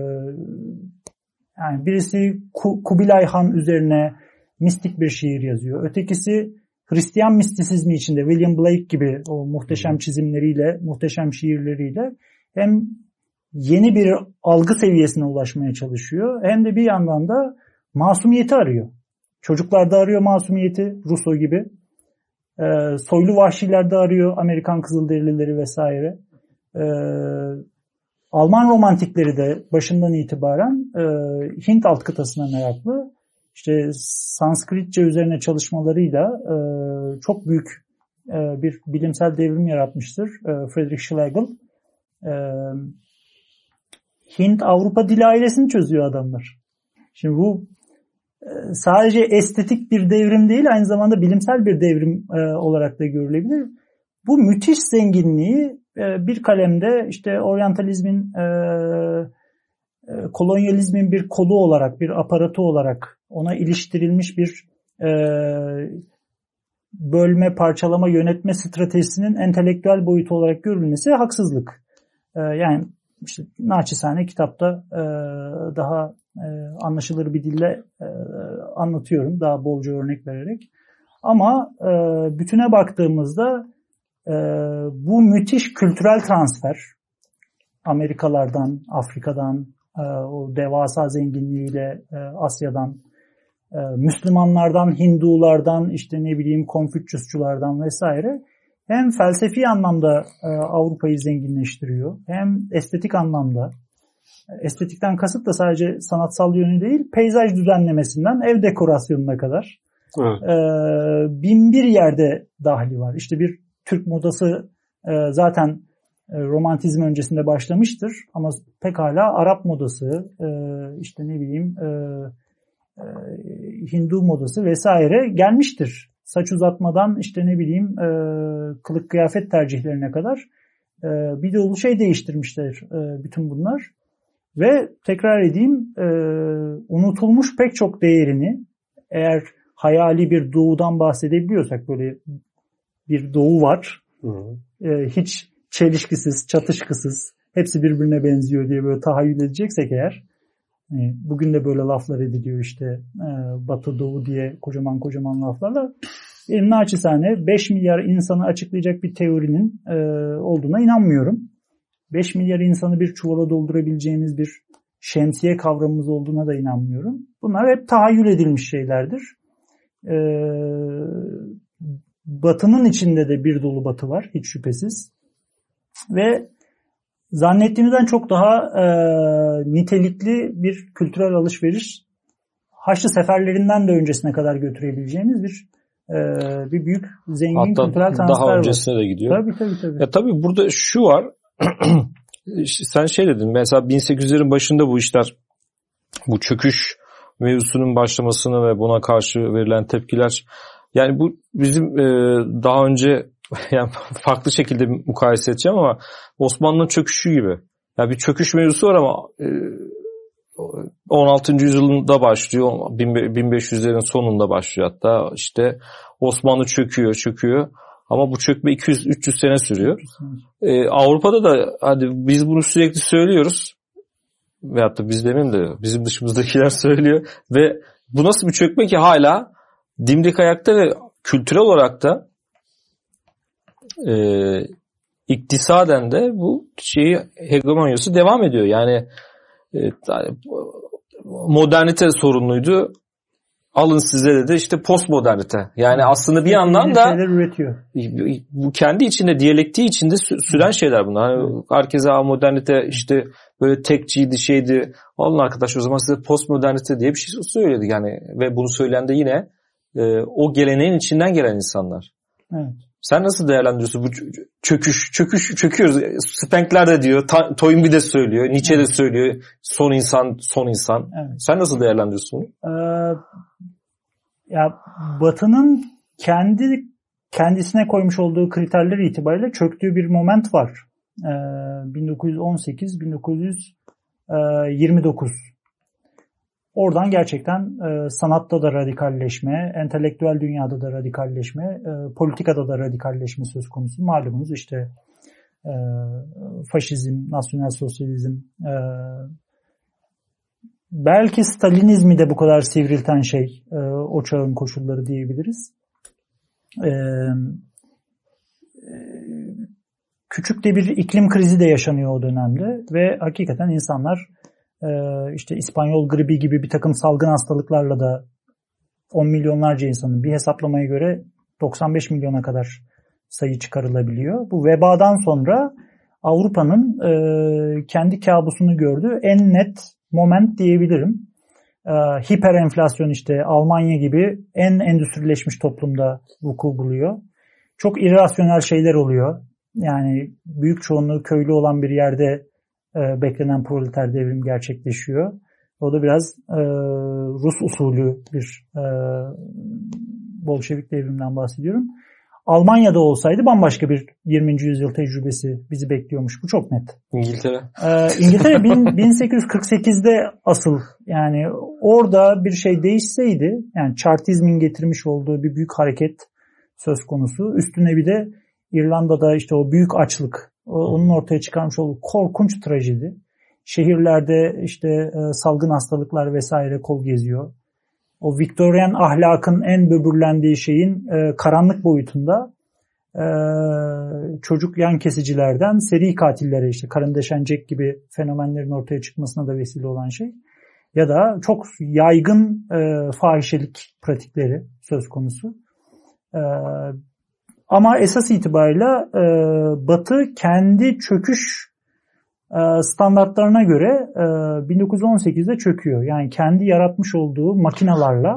Yani birisi Kubilay Han üzerine mistik bir şiir yazıyor. Ötekisi Hristiyan mistisizmi içinde William Blake gibi o muhteşem çizimleriyle, muhteşem şiirleriyle hem yeni bir algı seviyesine ulaşmaya çalışıyor, hem de bir yandan da masumiyeti arıyor. Çocuklarda arıyor masumiyeti, Rousseau gibi. Soylu vahşilerde arıyor, Amerikan Kızılderilileri vesaire. Alman romantikleri de başından itibaren Hint alt kıtasına meraklı. İşte Sanskritçe üzerine çalışmalarıyla çok büyük bir bilimsel devrim yaratmıştır Friedrich Schlegel. Hint-Avrupa dil ailesini çözüyor adamlar. Şimdi bu sadece estetik bir devrim değil, aynı zamanda bilimsel bir devrim olarak da görülebilir. Bu müthiş zenginliği bir kalemde işte oryantalizmin, kolonyalizmin bir kolu olarak, bir aparatı olarak ona iliştirilmiş bir bölme, parçalama, yönetme stratejisinin entelektüel boyutu olarak görülmesi haksızlık. Yani işte naçizane kitapta daha anlaşılır bir dille anlatıyorum, daha bolca örnek vererek. Ama bütüne baktığımızda bu müthiş kültürel transfer, Amerikalardan, Afrika'dan, o devasa zenginliğiyle Asya'dan, Müslümanlardan, Hindulardan, işte ne bileyim Konfüçyüsçulardan vesaire, hem felsefi anlamda Avrupa'yı zenginleştiriyor, hem estetik anlamda. Estetikten kasıt da sadece sanatsal yönü değil, peyzaj düzenlemesinden ev dekorasyonuna kadar bin bir yerde dahli var. İşte bir Türk modası zaten romantizm öncesinde başlamıştır ama pekala Arap modası, işte ne bileyim Hindu modası vesaire gelmiştir. Saç uzatmadan işte ne bileyim kılık kıyafet tercihlerine kadar bir dolu şey değiştirmişler bütün bunlar. Ve tekrar edeyim, unutulmuş pek çok değerini, eğer hayali bir doğudan bahsedebiliyorsak, böyle bir doğu var, hiç çelişkisiz, çatışkısız, hepsi birbirine benziyor diye böyle tahayyül edeceksek eğer, bugün de böyle laflar ediliyor işte Batı Doğu diye kocaman laflarla, benim naçizane 5 milyar insanı açıklayacak bir teorinin olduğuna inanmıyorum. 5 milyar insanı bir çuvala doldurabileceğimiz bir şemsiye kavramımız olduğuna da inanmıyorum. Bunlar hep tahayyül edilmiş şeylerdir. Batının içinde de bir dolu batı var hiç şüphesiz. Ve zannettiğimizden çok daha nitelikli bir kültürel alışveriş, Haçlı seferlerinden de öncesine kadar götürebileceğimiz bir büyük zengin hatta kültürel transfer var. Daha öncesine de gidiyor. Tabii. Ya tabii burada şu var. sen şey dedin mesela 1800'lerin başında bu işler, bu çöküş mevzusunun başlamasını ve buna karşı verilen tepkiler, yani bu bizim daha önce yani farklı şekilde mukayese edeceğim ama Osmanlı'nın çöküşü gibi. Yani bir çöküş mevzusu var ama 16. yüzyılda başlıyor. 1500'lerin sonunda başlıyor hatta. İşte Osmanlı çöküyor. Ama bu çökme 200-300 sene sürüyor. Avrupa'da da hadi biz bunu sürekli söylüyoruz. Veyahut da biz demeyeyim de bizim dışımızdakiler söylüyor. Ve bu nasıl bir çökme ki hala dimdik ayakta ve kültürel olarak da iktisaden de bu hegemonyası devam ediyor. Yani modernite sorunluydu. Alın size dedi işte postmodernite. Yani aslında bir yandan da üretiyor. Bu kendi içinde, diyalektiği içinde süren şeyler bunlar. Hani herkese modernite işte böyle tekçiydi, şeydi. Alın arkadaş o zaman size postmodernite diye bir şey söyledi yani ve bunu söyleyen de yine o geleneğin içinden gelen insanlar. Evet. Sen nasıl değerlendiriyorsun bu çöküyoruz. Spenkler de diyor, Toynbee de söylüyor, Nietzsche de söylüyor. Son insan. Evet. Sen nasıl değerlendiriyorsun bunu? Ya Batı'nın kendisine koymuş olduğu kriterler itibariyle çöktüğü bir moment var. 1918-1929. Oradan gerçekten sanatta da radikalleşme, entelektüel dünyada da radikalleşme, politikada da radikalleşme söz konusu. Malumunuz işte faşizm, nasyonel sosyalizm, belki Stalinizmi de bu kadar sivrilten şey o çağın koşulları diyebiliriz. Küçük de bir iklim krizi de yaşanıyor o dönemde ve hakikaten insanlar işte İspanyol gribi gibi bir takım salgın hastalıklarla da 10 milyonlarca insanın bir hesaplamaya göre 95 milyona kadar sayı çıkarılabiliyor. Bu vebadan sonra Avrupa'nın kendi kabusunu gördüğü en net moment diyebilirim. Hiper enflasyon işte Almanya gibi en endüstrileşmiş toplumda vuku buluyor. Çok irrasyonel şeyler oluyor. Yani büyük çoğunluğu köylü olan bir yerde beklenen proleter devrim gerçekleşiyor. O da biraz Rus usulü bir Bolşevik devrimden bahsediyorum. Almanya'da olsaydı bambaşka bir 20. yüzyıl tecrübesi bizi bekliyormuş. Bu çok net. İngiltere. İngiltere 1848'de asıl yani orada bir şey değişseydi yani Chartizmin getirmiş olduğu bir büyük hareket söz konusu. Üstüne bir de İrlanda'da işte o büyük açlık onun ortaya çıkarmış olduğu korkunç trajedi. Şehirlerde işte salgın hastalıklar vesaire kol geziyor. O Victorian ahlakın en böbürlendiği şeyin karanlık boyutunda çocuk yan kesicilerden seri katillere işte karın deşen Jack gibi fenomenlerin ortaya çıkmasına da vesile olan şey. Ya da çok yaygın fahişelik pratikleri söz konusu. Ama esas itibariyle Batı kendi çöküş standartlarına göre 1918'de çöküyor. Yani kendi yaratmış olduğu makinalarla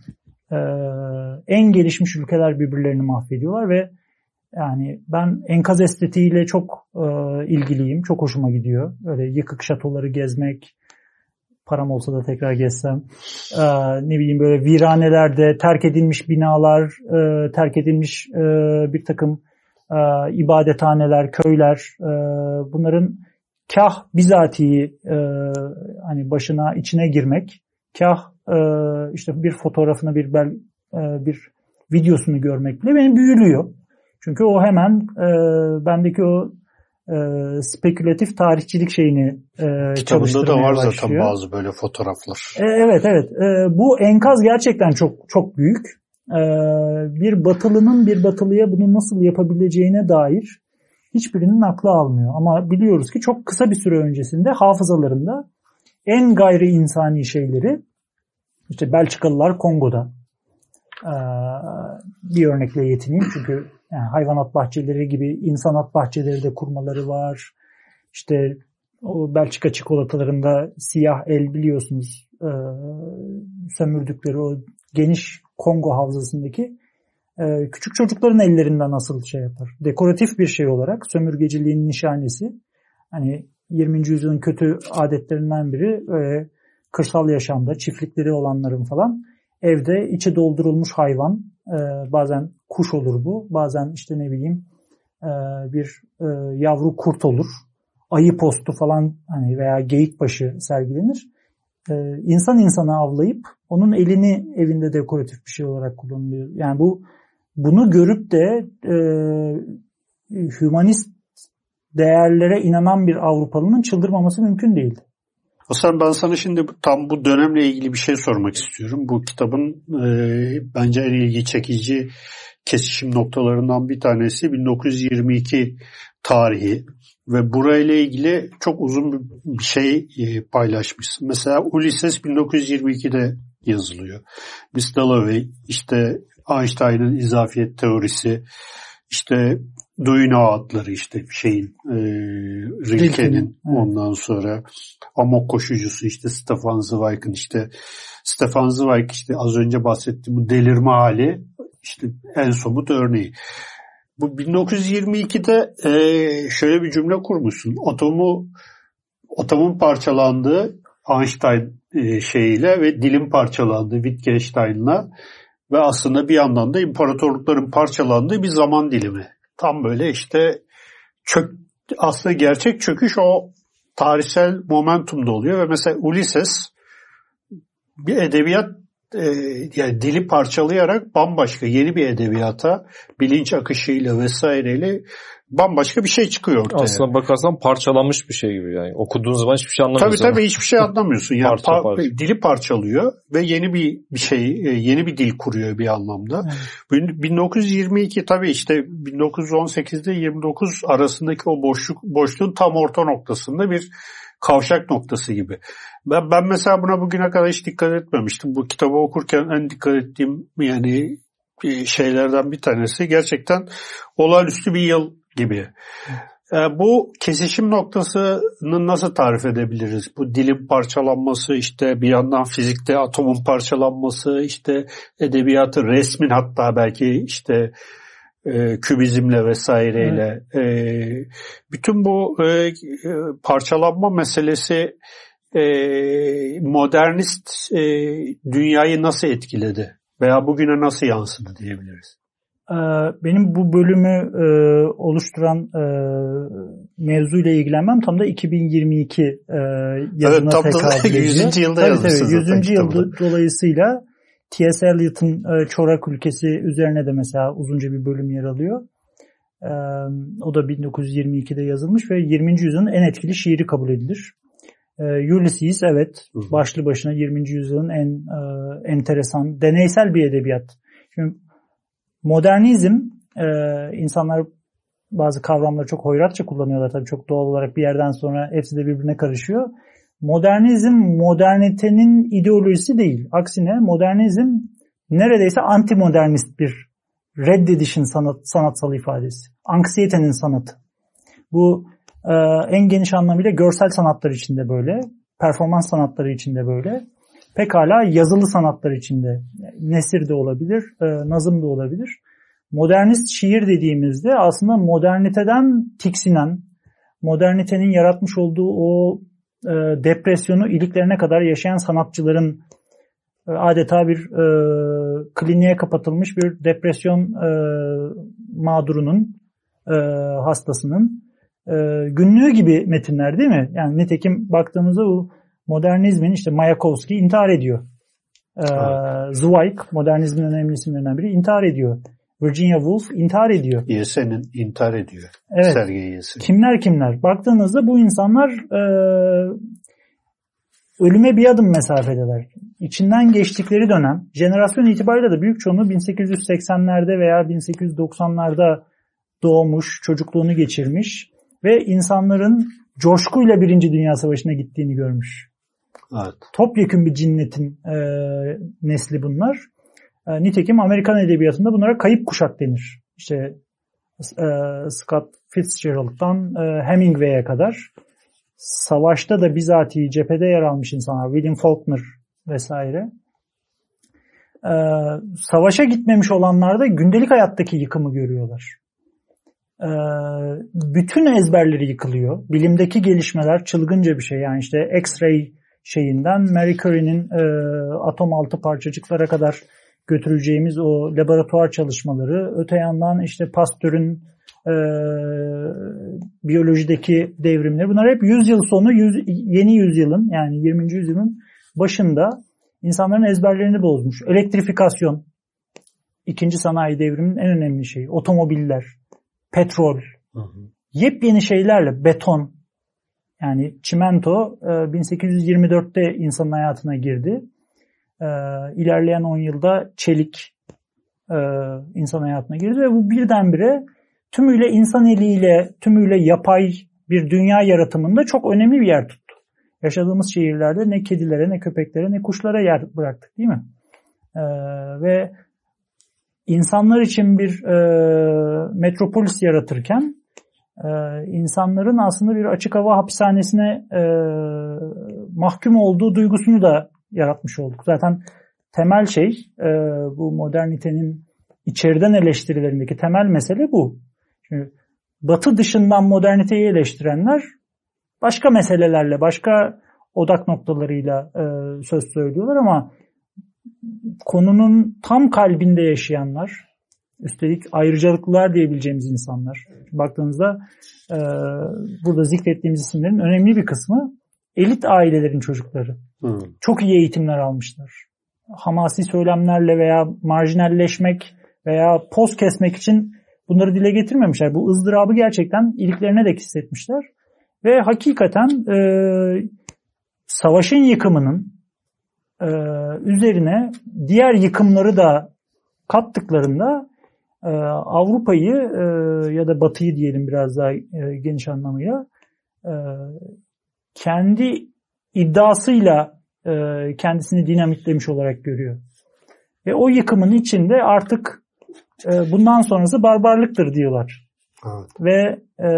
en gelişmiş ülkeler birbirlerini mahvediyorlar ve yani ben enkaz estetiğiyle çok ilgiliyim. Çok hoşuma gidiyor. Öyle yıkık şatoları gezmek, param olsa da tekrar gezsem. Ne bileyim böyle viranelerde terk edilmiş binalar, terk edilmiş bir takım ibadethaneler, köyler, bunların kah bizatihi hani başına içine girmek, kah işte bir fotoğrafını bir videosunu görmekle beni büyülüyor. Çünkü o hemen bendeki o spekülatif tarihçilik şeyini çalıştırmaya da var başlıyor. Zaten bazı böyle fotoğraflar. Evet. Bu enkaz gerçekten çok çok büyük. Bir Batılı'nın bir Batılı'ya bunu nasıl yapabileceğine dair hiçbirinin aklı almıyor. Ama biliyoruz ki çok kısa bir süre öncesinde hafızalarında en gayri insani şeyleri işte Belçikalılar Kongo'da bir örnekle yetineyim. Çünkü yani hayvanat bahçeleri gibi insanat bahçeleri de kurmaları var. İşte o Belçika çikolatalarında siyah el biliyorsunuz sömürdükleri o geniş Kongo havzasındaki küçük çocukların ellerinden nasıl şey yapar. Dekoratif bir şey olarak sömürgeciliğin nişanesi. Hani 20. yüzyılın kötü adetlerinden biri kırsal yaşamda çiftlikleri olanların falan evde içi doldurulmuş hayvan, bazen kuş olur bu, bazen işte ne bileyim bir yavru kurt olur, ayı postu falan hani veya geyik başı sergilenir. İnsan insana avlayıp onun elini evinde dekoratif bir şey olarak kullanılıyor. Yani bunu görüp de hümanist değerlere inanan bir Avrupalı'nın çıldırmaması mümkün değil. Hasan, ben sana şimdi tam bu dönemle ilgili bir şey sormak istiyorum. Bu kitabın bence en ilgi çekici kesişim noktalarından bir tanesi 1922 tarihi ve burayla ilgili çok uzun bir şey paylaşmışsın. Mesela Ulysses 1922'de yazılıyor. Miss Dalloway, işte Einstein'ın izafiyet teorisi, işte Duino adları, işte Rilke'nin, ondan sonra Amok koşucusu, işte Stefan Zweig'in, işte Stefan Zweig işte az önce bahsettiğim bu delirme hali işte en somut örneği. Bu 1922'de şöyle bir cümle kurmuşsun. Atomun parçalandığı Einstein şeyiyle ve dilin parçalandığı Wittgenstein'la ve aslında bir yandan da imparatorlukların parçalandığı bir zaman dilimi. Tam böyle işte aslında gerçek çöküş o tarihsel momentumda oluyor ve mesela Ulysses bir edebiyat yani dili parçalayarak bambaşka yeni bir edebiyata bilinç akışıyla vesaireyle bambaşka bir şey çıkıyor ortaya. Aslına bakarsan parçalanmış bir şey gibi yani. Okuduğun zaman hiçbir şey anlamıyorsun. Tabii hiçbir şey anlamıyorsun. Yani dili parçalıyor ve yeni bir şey, yeni bir dil kuruyor bir anlamda. Evet. 1922 tabii işte 1918'de 29 arasındaki o boşluğun tam orta noktasında bir kavşak noktası gibi. Ben mesela buna bugüne kadar hiç dikkat etmemiştim. Bu kitabı okurken en dikkat ettiğim yani şeylerden bir tanesi gerçekten olağanüstü bir yıl gibi. Bu kesişim noktasını nasıl tarif edebiliriz? Bu dilin parçalanması, işte bir yandan fizikte atomun parçalanması, işte edebiyatı, resmin hatta belki işte kübizmle vesaireyle bütün bu parçalanma meselesi modernist dünyayı nasıl etkiledi veya bugüne nasıl yansıdı diyebiliriz? Benim bu bölümü oluşturan mevzuyla ilgilenmem tam da 2022 yazına tekabül ediyor. 100. yılda yazmışsınız. 100. yıl dolayısıyla T.S. Eliot'un Çorak Ülkesi üzerine de mesela uzunca bir bölüm yer alıyor. O da 1922'de yazılmış ve 20. yüzyılın en etkili şiiri kabul edilir. Ulysses evet başlı başına 20. yüzyılın en enteresan, deneysel bir edebiyat. Şimdi modernizm, insanlar bazı kavramları çok hoyratça kullanıyorlar tabii, çok doğal olarak bir yerden sonra hepsi de birbirine karışıyor. Modernizm modernitenin ideolojisi değil. Aksine modernizm neredeyse anti-modernist bir reddedişin sanatsal ifadesi. Anksiyetenin sanatı. Bu en geniş anlamıyla görsel sanatlar içinde böyle, performans sanatları içinde böyle, pekala yazılı sanatlar içinde, nesir de olabilir, nazım da olabilir. Modernist şiir dediğimizde aslında moderniteden tiksinen, modernitenin yaratmış olduğu o depresyonu iliklerine kadar yaşayan sanatçıların adeta bir kliniğe kapatılmış bir depresyon mağdurunun, hastasının günlüğü gibi metinler değil mi? Yani nitekim baktığımızda bu modernizmin işte Mayakovski intihar ediyor. Zweig modernizmin önemli isimlerinden biri intihar ediyor. Virginia Woolf intihar ediyor. Yesen'in intihar ediyor. Evet. Sergey Yesen. Kimler? Baktığınızda bu insanlar ölüme bir adım mesafedeler. İçinden geçtikleri dönem, jenerasyon itibariyle de büyük çoğunluğu 1880'lerde veya 1890'larda doğmuş, çocukluğunu geçirmiş ve insanların coşkuyla Birinci Dünya Savaşı'na gittiğini görmüş. Evet. Topyekün bir cinnetin nesli bunlar. Nitekim Amerikan edebiyatında bunlara kayıp kuşak denir. İşte Scott Fitzgerald'dan Hemingway'e kadar savaşta da bizatihi cephede yer almış insanlar. William Faulkner vesaire. Savaşa gitmemiş olanlar da gündelik hayattaki yıkımı görüyorlar. bütün ezberleri yıkılıyor. Bilimdeki gelişmeler çılgınca bir şey. Yani işte X-ray şeyinden Marie Curie'nin atom altı parçacıklara kadar götüreceğimiz o laboratuvar çalışmaları, öte yandan işte Pasteur'ün biyolojideki devrimleri, bunlar hep yüzyıl sonu, yeni yüzyılın, yani 20. yüzyılın başında insanların ezberlerini bozmuş. Elektrifikasyon, ikinci sanayi devriminin en önemli şeyi. Otomobiller, petrol, yepyeni şeylerle, beton, yani çimento 1824'te insanın hayatına girdi. İlerleyen 10 yılda çelik insan hayatına girdi ve bu birdenbire tümüyle insan eliyle, tümüyle yapay bir dünya yaratımında çok önemli bir yer tuttu. Yaşadığımız şehirlerde ne kedilere, ne köpeklere, ne kuşlara yer bıraktık, değil mi? Ve insanlar için bir metropolis yaratırken insanların aslında bir açık hava hapishanesine mahkum olduğu duygusunu da yaratmış olduk. Zaten temel şey, bu modernitenin içeriden eleştirilerindeki temel mesele bu. Şimdi Batı dışından moderniteyi eleştirenler başka meselelerle, başka odak noktalarıyla söz söylüyorlar ama konunun tam kalbinde yaşayanlar, üstelik ayrıcalıklılar diyebileceğimiz insanlar. Baktığınızda burada zikrettiğimiz isimlerin önemli bir kısmı elit ailelerin çocukları. Çok iyi eğitimler almışlar. Hamasi söylemlerle veya marjinalleşmek veya poz kesmek için bunları dile getirmemişler. Bu ızdırabı gerçekten iliklerine de hissetmişler. Ve hakikaten savaşın yıkımının üzerine diğer yıkımları da kattıklarında Avrupa'yı ya da Batı'yı diyelim biraz daha geniş anlamıyla kendi iddiasıyla kendisini dinamitlemiş olarak görüyor. Ve o yıkımın içinde artık bundan sonrası barbarlıktır diyorlar. Evet. Ve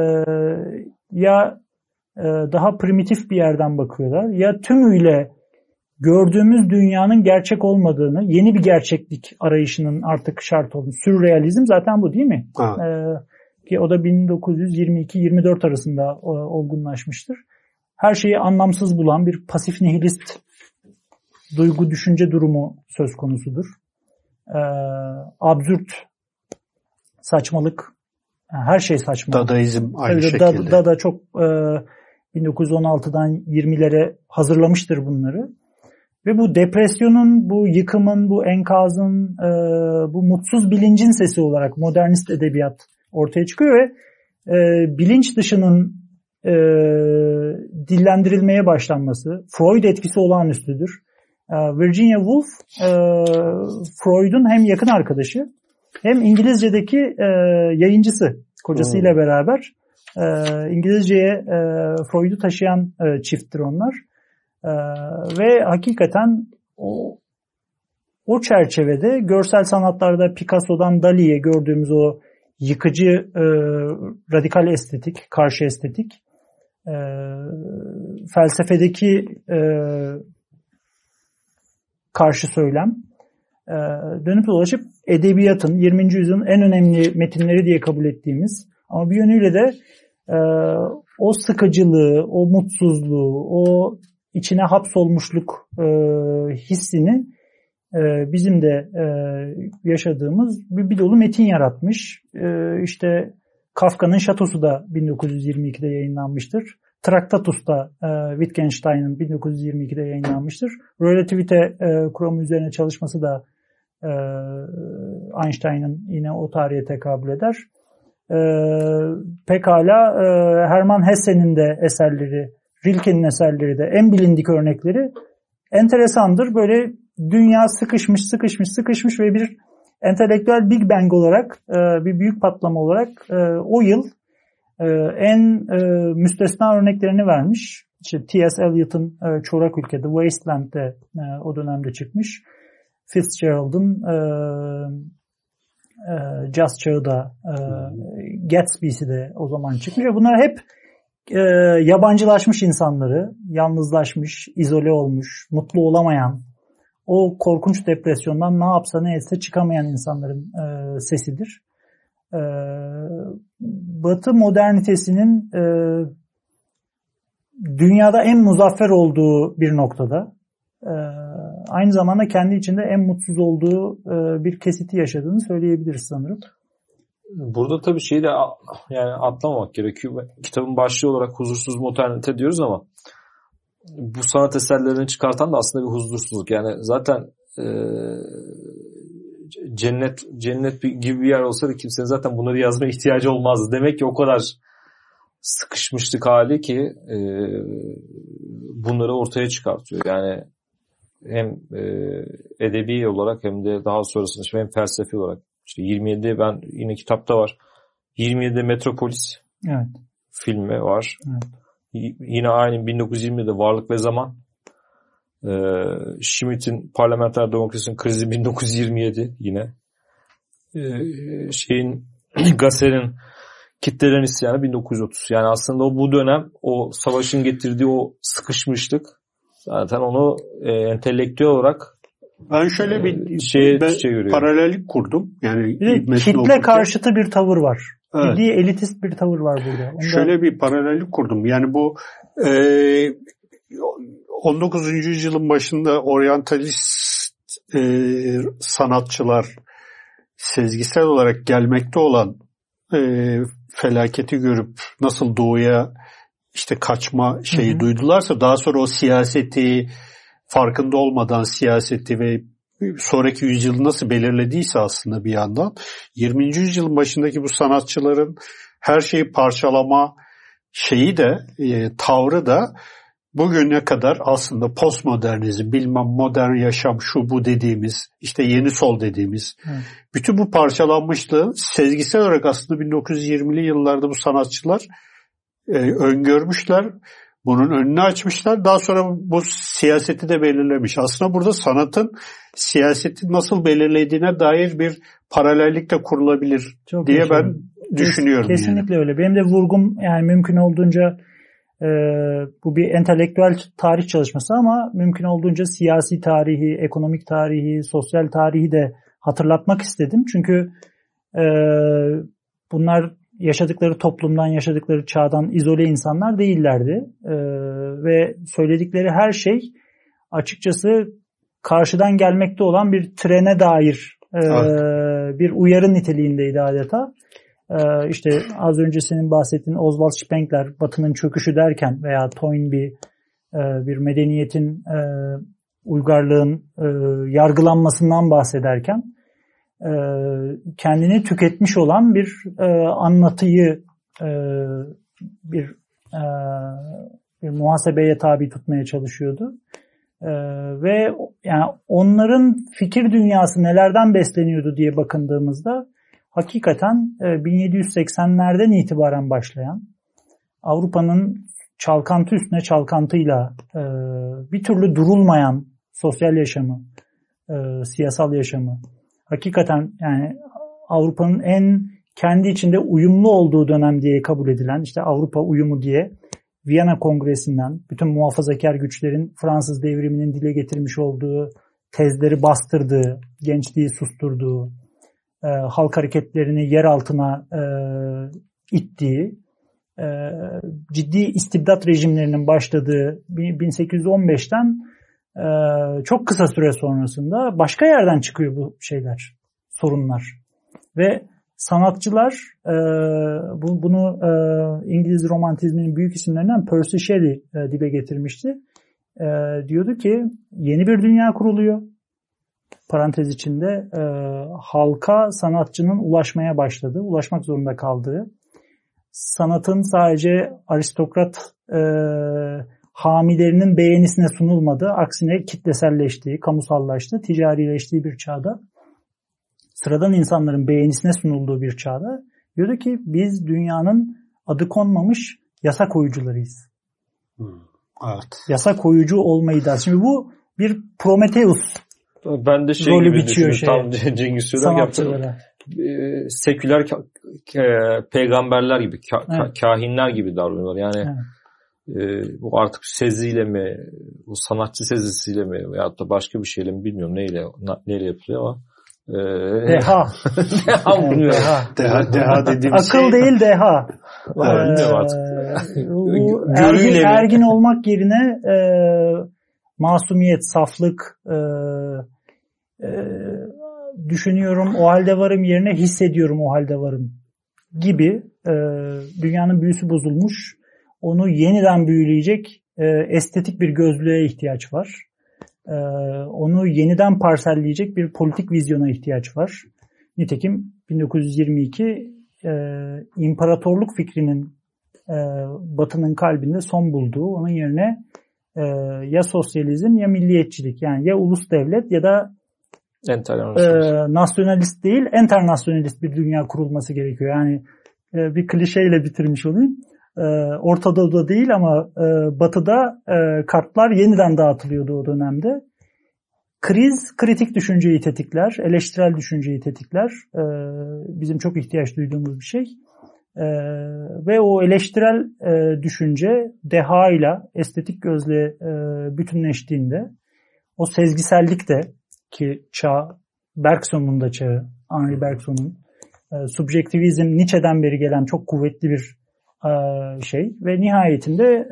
ya daha primitif bir yerden bakıyorlar ya tümüyle gördüğümüz dünyanın gerçek olmadığını, yeni bir gerçeklik arayışının artık şart olduğunu. Sürrealizm zaten bu, değil mi? Ki o da 1922-24 arasında olgunlaşmıştır. Her şeyi anlamsız bulan bir pasif nihilist duygu düşünce durumu söz konusudur. Absürt, saçmalık, yani her şey saçma. Dadaizm aynı şekilde. Dada çok 1916'dan 20'lere hazırlamıştır bunları. Ve bu depresyonun, bu yıkımın, bu enkazın, bu mutsuz bilincin sesi olarak modernist edebiyat ortaya çıkıyor ve bilinç dışının dillendirilmeye başlanması, Freud etkisi olağanüstüdür. Virginia Woolf, Freud'un hem yakın arkadaşı hem İngilizce'deki yayıncısı, kocasıyla beraber İngilizce'ye Freud'u taşıyan çifttir onlar. Ve hakikaten o çerçevede görsel sanatlarda Picasso'dan Dali'ye gördüğümüz o yıkıcı radikal estetik, karşı estetik, felsefedeki karşı söylem dönüp dolaşıp edebiyatın 20. yüzyılın en önemli metinleri diye kabul ettiğimiz ama bir yönüyle de o sıkıcılığı, o mutsuzluğu, o içine hapsolmuşluk hissini bizim de yaşadığımız bir dolu metin yaratmış. İşte Kafka'nın Şatosu da 1922'de yayınlanmıştır. Traktatus da Wittgenstein'ın 1922'de yayınlanmıştır. Relativite kuramı üzerine çalışması da Einstein'ın yine o tarihe tekabül eder. Pekala Hermann Hesse'nin de eserleri, Rilke'nin eserleri de en bilindik örnekleri enteresandır. Böyle dünya sıkışmış ve bir entelektüel Big Bang olarak, bir büyük patlama olarak o yıl en müstesna örneklerini vermiş. İşte T.S. Eliot'un Çorak Ülke, The Wasteland'de o dönemde çıkmış. Fitzgerald'ın Caz Çağı'da, Gatsby'si de o zaman çıkmış. Ve bunlar hep yabancılaşmış insanları, yalnızlaşmış, izole olmuş, mutlu olamayan, o korkunç depresyondan ne yapsa ne etse çıkamayan insanların sesidir. Batı modernitesinin dünyada en muzaffer olduğu bir noktada, aynı zamanda kendi içinde en mutsuz olduğu bir kesiti yaşadığını söyleyebiliriz sanırım. Burada tabii şeyi de yani atlamamak gerekiyor. Kitabın başlığı olarak huzursuz modernite diyoruz ama bu sanat eserlerini çıkartan da aslında bir huzursuzluk. Yani zaten cennet gibi bir yer olsaydı kimsenin zaten bunları yazmaya ihtiyacı olmazdı. Demek ki o kadar sıkışmışlık hali ki bunları ortaya çıkartıyor. Yani hem edebi olarak hem de daha sonrasında hem felsefi olarak. İşte 27'de ben yine kitapta var. 27'de Metropolis filmi var. Evet. Yine aynı 1920'de Varlık ve Zaman. Schmitt'in Parlamenter Demokrasinin Krizi 1927 yine. Gasser'in Kitlelerin İsyanı 1930. Yani aslında bu dönem o savaşın getirdiği o sıkışmışlık zaten onu entelektüel olarak ben şöyle bir paralellik kurdum. Yani kitle karşıtı bir tavır var. Evet. Ciddi elitist bir tavır var burada. Şöyle bir paralellik kurdum. Yani bu 19. yüzyılın başında oryantalist sanatçılar sezgisel olarak gelmekte olan felaketi görüp nasıl doğuya işte kaçma şeyi duydularsa daha sonra o siyaseti farkında olmadan siyaseti ve sonraki yüzyılı nasıl belirlediyse aslında bir yandan 20. yüzyılın başındaki bu sanatçıların her şeyi parçalama şeyi de tavrı da bugüne kadar aslında postmodernizm, bilmem modern yaşam şu bu dediğimiz, işte yeni sol dediğimiz bütün bu parçalanmışlığı sezgisel olarak aslında 1920'li yıllarda bu sanatçılar öngörmüşler. Bunun önünü açmışlar. Daha sonra bu siyaseti de belirlemiş. Aslında burada sanatın siyaseti nasıl belirlediğine dair bir paralellik de kurulabilir çok diye ben düşünüyorum. Kesinlikle yani. Öyle. Benim de vurgum yani mümkün olduğunca bu bir entelektüel tarih çalışması ama mümkün olduğunca siyasi tarihi, ekonomik tarihi, sosyal tarihi de hatırlatmak istedim. Çünkü bunlar yaşadıkları toplumdan, yaşadıkları çağdan izole insanlar değillerdi. Ve söyledikleri her şey açıkçası karşıdan gelmekte olan bir trene dair bir uyarı niteliğindeydi adeta. İşte az önce senin bahsettiğin Oswald Spengler Batı'nın çöküşü derken veya Toynbee bir medeniyetin uygarlığın yargılanmasından bahsederken kendini tüketmiş olan bir anlatıyı bir muhasebeye tabi tutmaya çalışıyordu. Ve yani onların fikir dünyası nelerden besleniyordu diye bakındığımızda hakikaten 1780'lerden itibaren başlayan Avrupa'nın çalkantı üstüne çalkantıyla bir türlü durulmayan sosyal yaşamı, siyasal yaşamı, hakikaten yani Avrupa'nın en kendi içinde uyumlu olduğu dönem diye kabul edilen işte Avrupa uyumu diye Viyana Kongresi'nden bütün muhafazakar güçlerin Fransız devriminin dile getirmiş olduğu tezleri bastırdığı, gençliği susturduğu, halk hareketlerini yer altına ittiği, ciddi istibdat rejimlerinin başladığı 1815'ten çok kısa süre sonrasında başka yerden çıkıyor bu şeyler, sorunlar. Ve sanatçılar bunu İngiliz romantizminin büyük isimlerinden Percy Shelley dile getirmişti. Diyordu ki yeni bir dünya kuruluyor. Parantez içinde halka sanatçının ulaşmaya başladığı, ulaşmak zorunda kaldığı, sanatın sadece aristokrat hamilerinin beğenisine sunulmadığı, aksine kitleselleştiği, kamusallaştığı, ticarileştiği bir çağda, sıradan insanların beğenisine sunulduğu bir çağda diyordu ki biz dünyanın adı konmamış yasa koyucularıyız. Evet. Yasa koyucu olmayı da. Şimdi bu bir Prometheus ben de rolü bitiyor tam Cengiz Söder yaptı. Seküler peygamberler gibi, kahinler gibi davranıyorlar. Yani bu artık seziyle mi, bu sanatçı sezisiyle mi veyahut da başka bir şeyle mi bilmiyorum neyle yapılıyor ama Deha. Deha dediğimiz akıl değil deha. Ergin olmak yerine masumiyet, saflık, düşünüyorum o halde varım yerine hissediyorum o halde varım gibi dünyanın büyüsü bozulmuş. Onu yeniden büyüleyecek estetik bir gözlüğe ihtiyaç var. Onu yeniden parselleyecek bir politik vizyona ihtiyaç var. Nitekim 1922 imparatorluk fikrinin Batı'nın kalbinde son bulduğu, onun yerine ya sosyalizm ya milliyetçilik, yani ya ulus devlet ya da nasyonalist değil, enternasyonalist bir dünya kurulması gerekiyor. Yani bir klişeyle bitirmiş olayım. Orta Doğu'da değil ama Batı'da kartlar yeniden dağıtılıyordu o dönemde. Kriz, kritik düşünceyi tetikler, eleştirel düşünceyi tetikler. Bizim çok ihtiyaç duyduğumuz bir şey. Ve o eleştirel düşünce dehayla, estetik gözle bütünleştiğinde o sezgisellik de, ki çağ, Bergson'un da çağı, Henri Bergson'un subjektivizm, Nietzsche'den beri gelen çok kuvvetli bir şey ve nihayetinde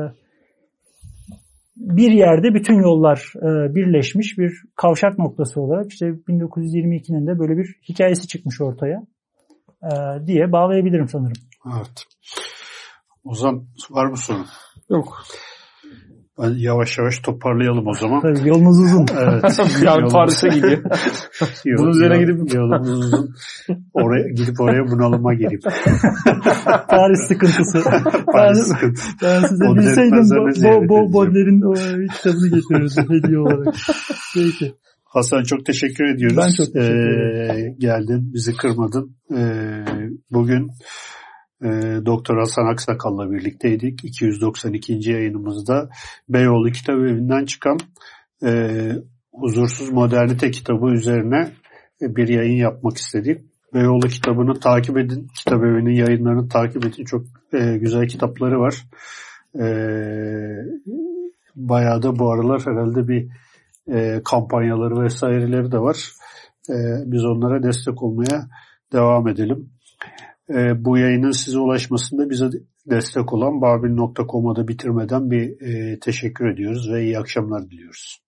bir yerde bütün yollar birleşmiş bir kavşak noktası olarak işte 1922'nin de böyle bir hikayesi çıkmış ortaya diye bağlayabilirim sanırım. Evet. Ozan, var mı sorun? Yok. Yavaş yavaş toparlayalım o zaman. Tabii, yolumuz uzun. Evet. Yani Paris'e gidiyor. Bunun üzerine gidip yolumuz uzun. Oraya bunalıma gireyim. Paris sıkıntısı. Paris sıkıntısı. Ben size bilseydim Baudelaire'in o kitabını getirirdim hediye olarak. Peki. Hasan, çok teşekkür ediyoruz. Ben çok teşekkür ederim. Geldin, bizi kırmadın. Bugün Doktor Hasan Aksakal'la birlikteydik. 292. yayınımızda Beyoğlu Kitabevi'nden çıkan Huzursuz Modernite kitabı üzerine bir yayın yapmak istedik. Beyoğlu kitabını takip edin. Kitabevi'nin yayınlarını takip edin. Çok güzel kitapları var. Bayağı da bu aralar herhalde bir kampanyaları vesaireleri de var. Biz onlara destek olmaya devam edelim. Bu yayının size ulaşmasında bize destek olan babil.com'a da bitirmeden bir teşekkür ediyoruz ve iyi akşamlar diliyoruz.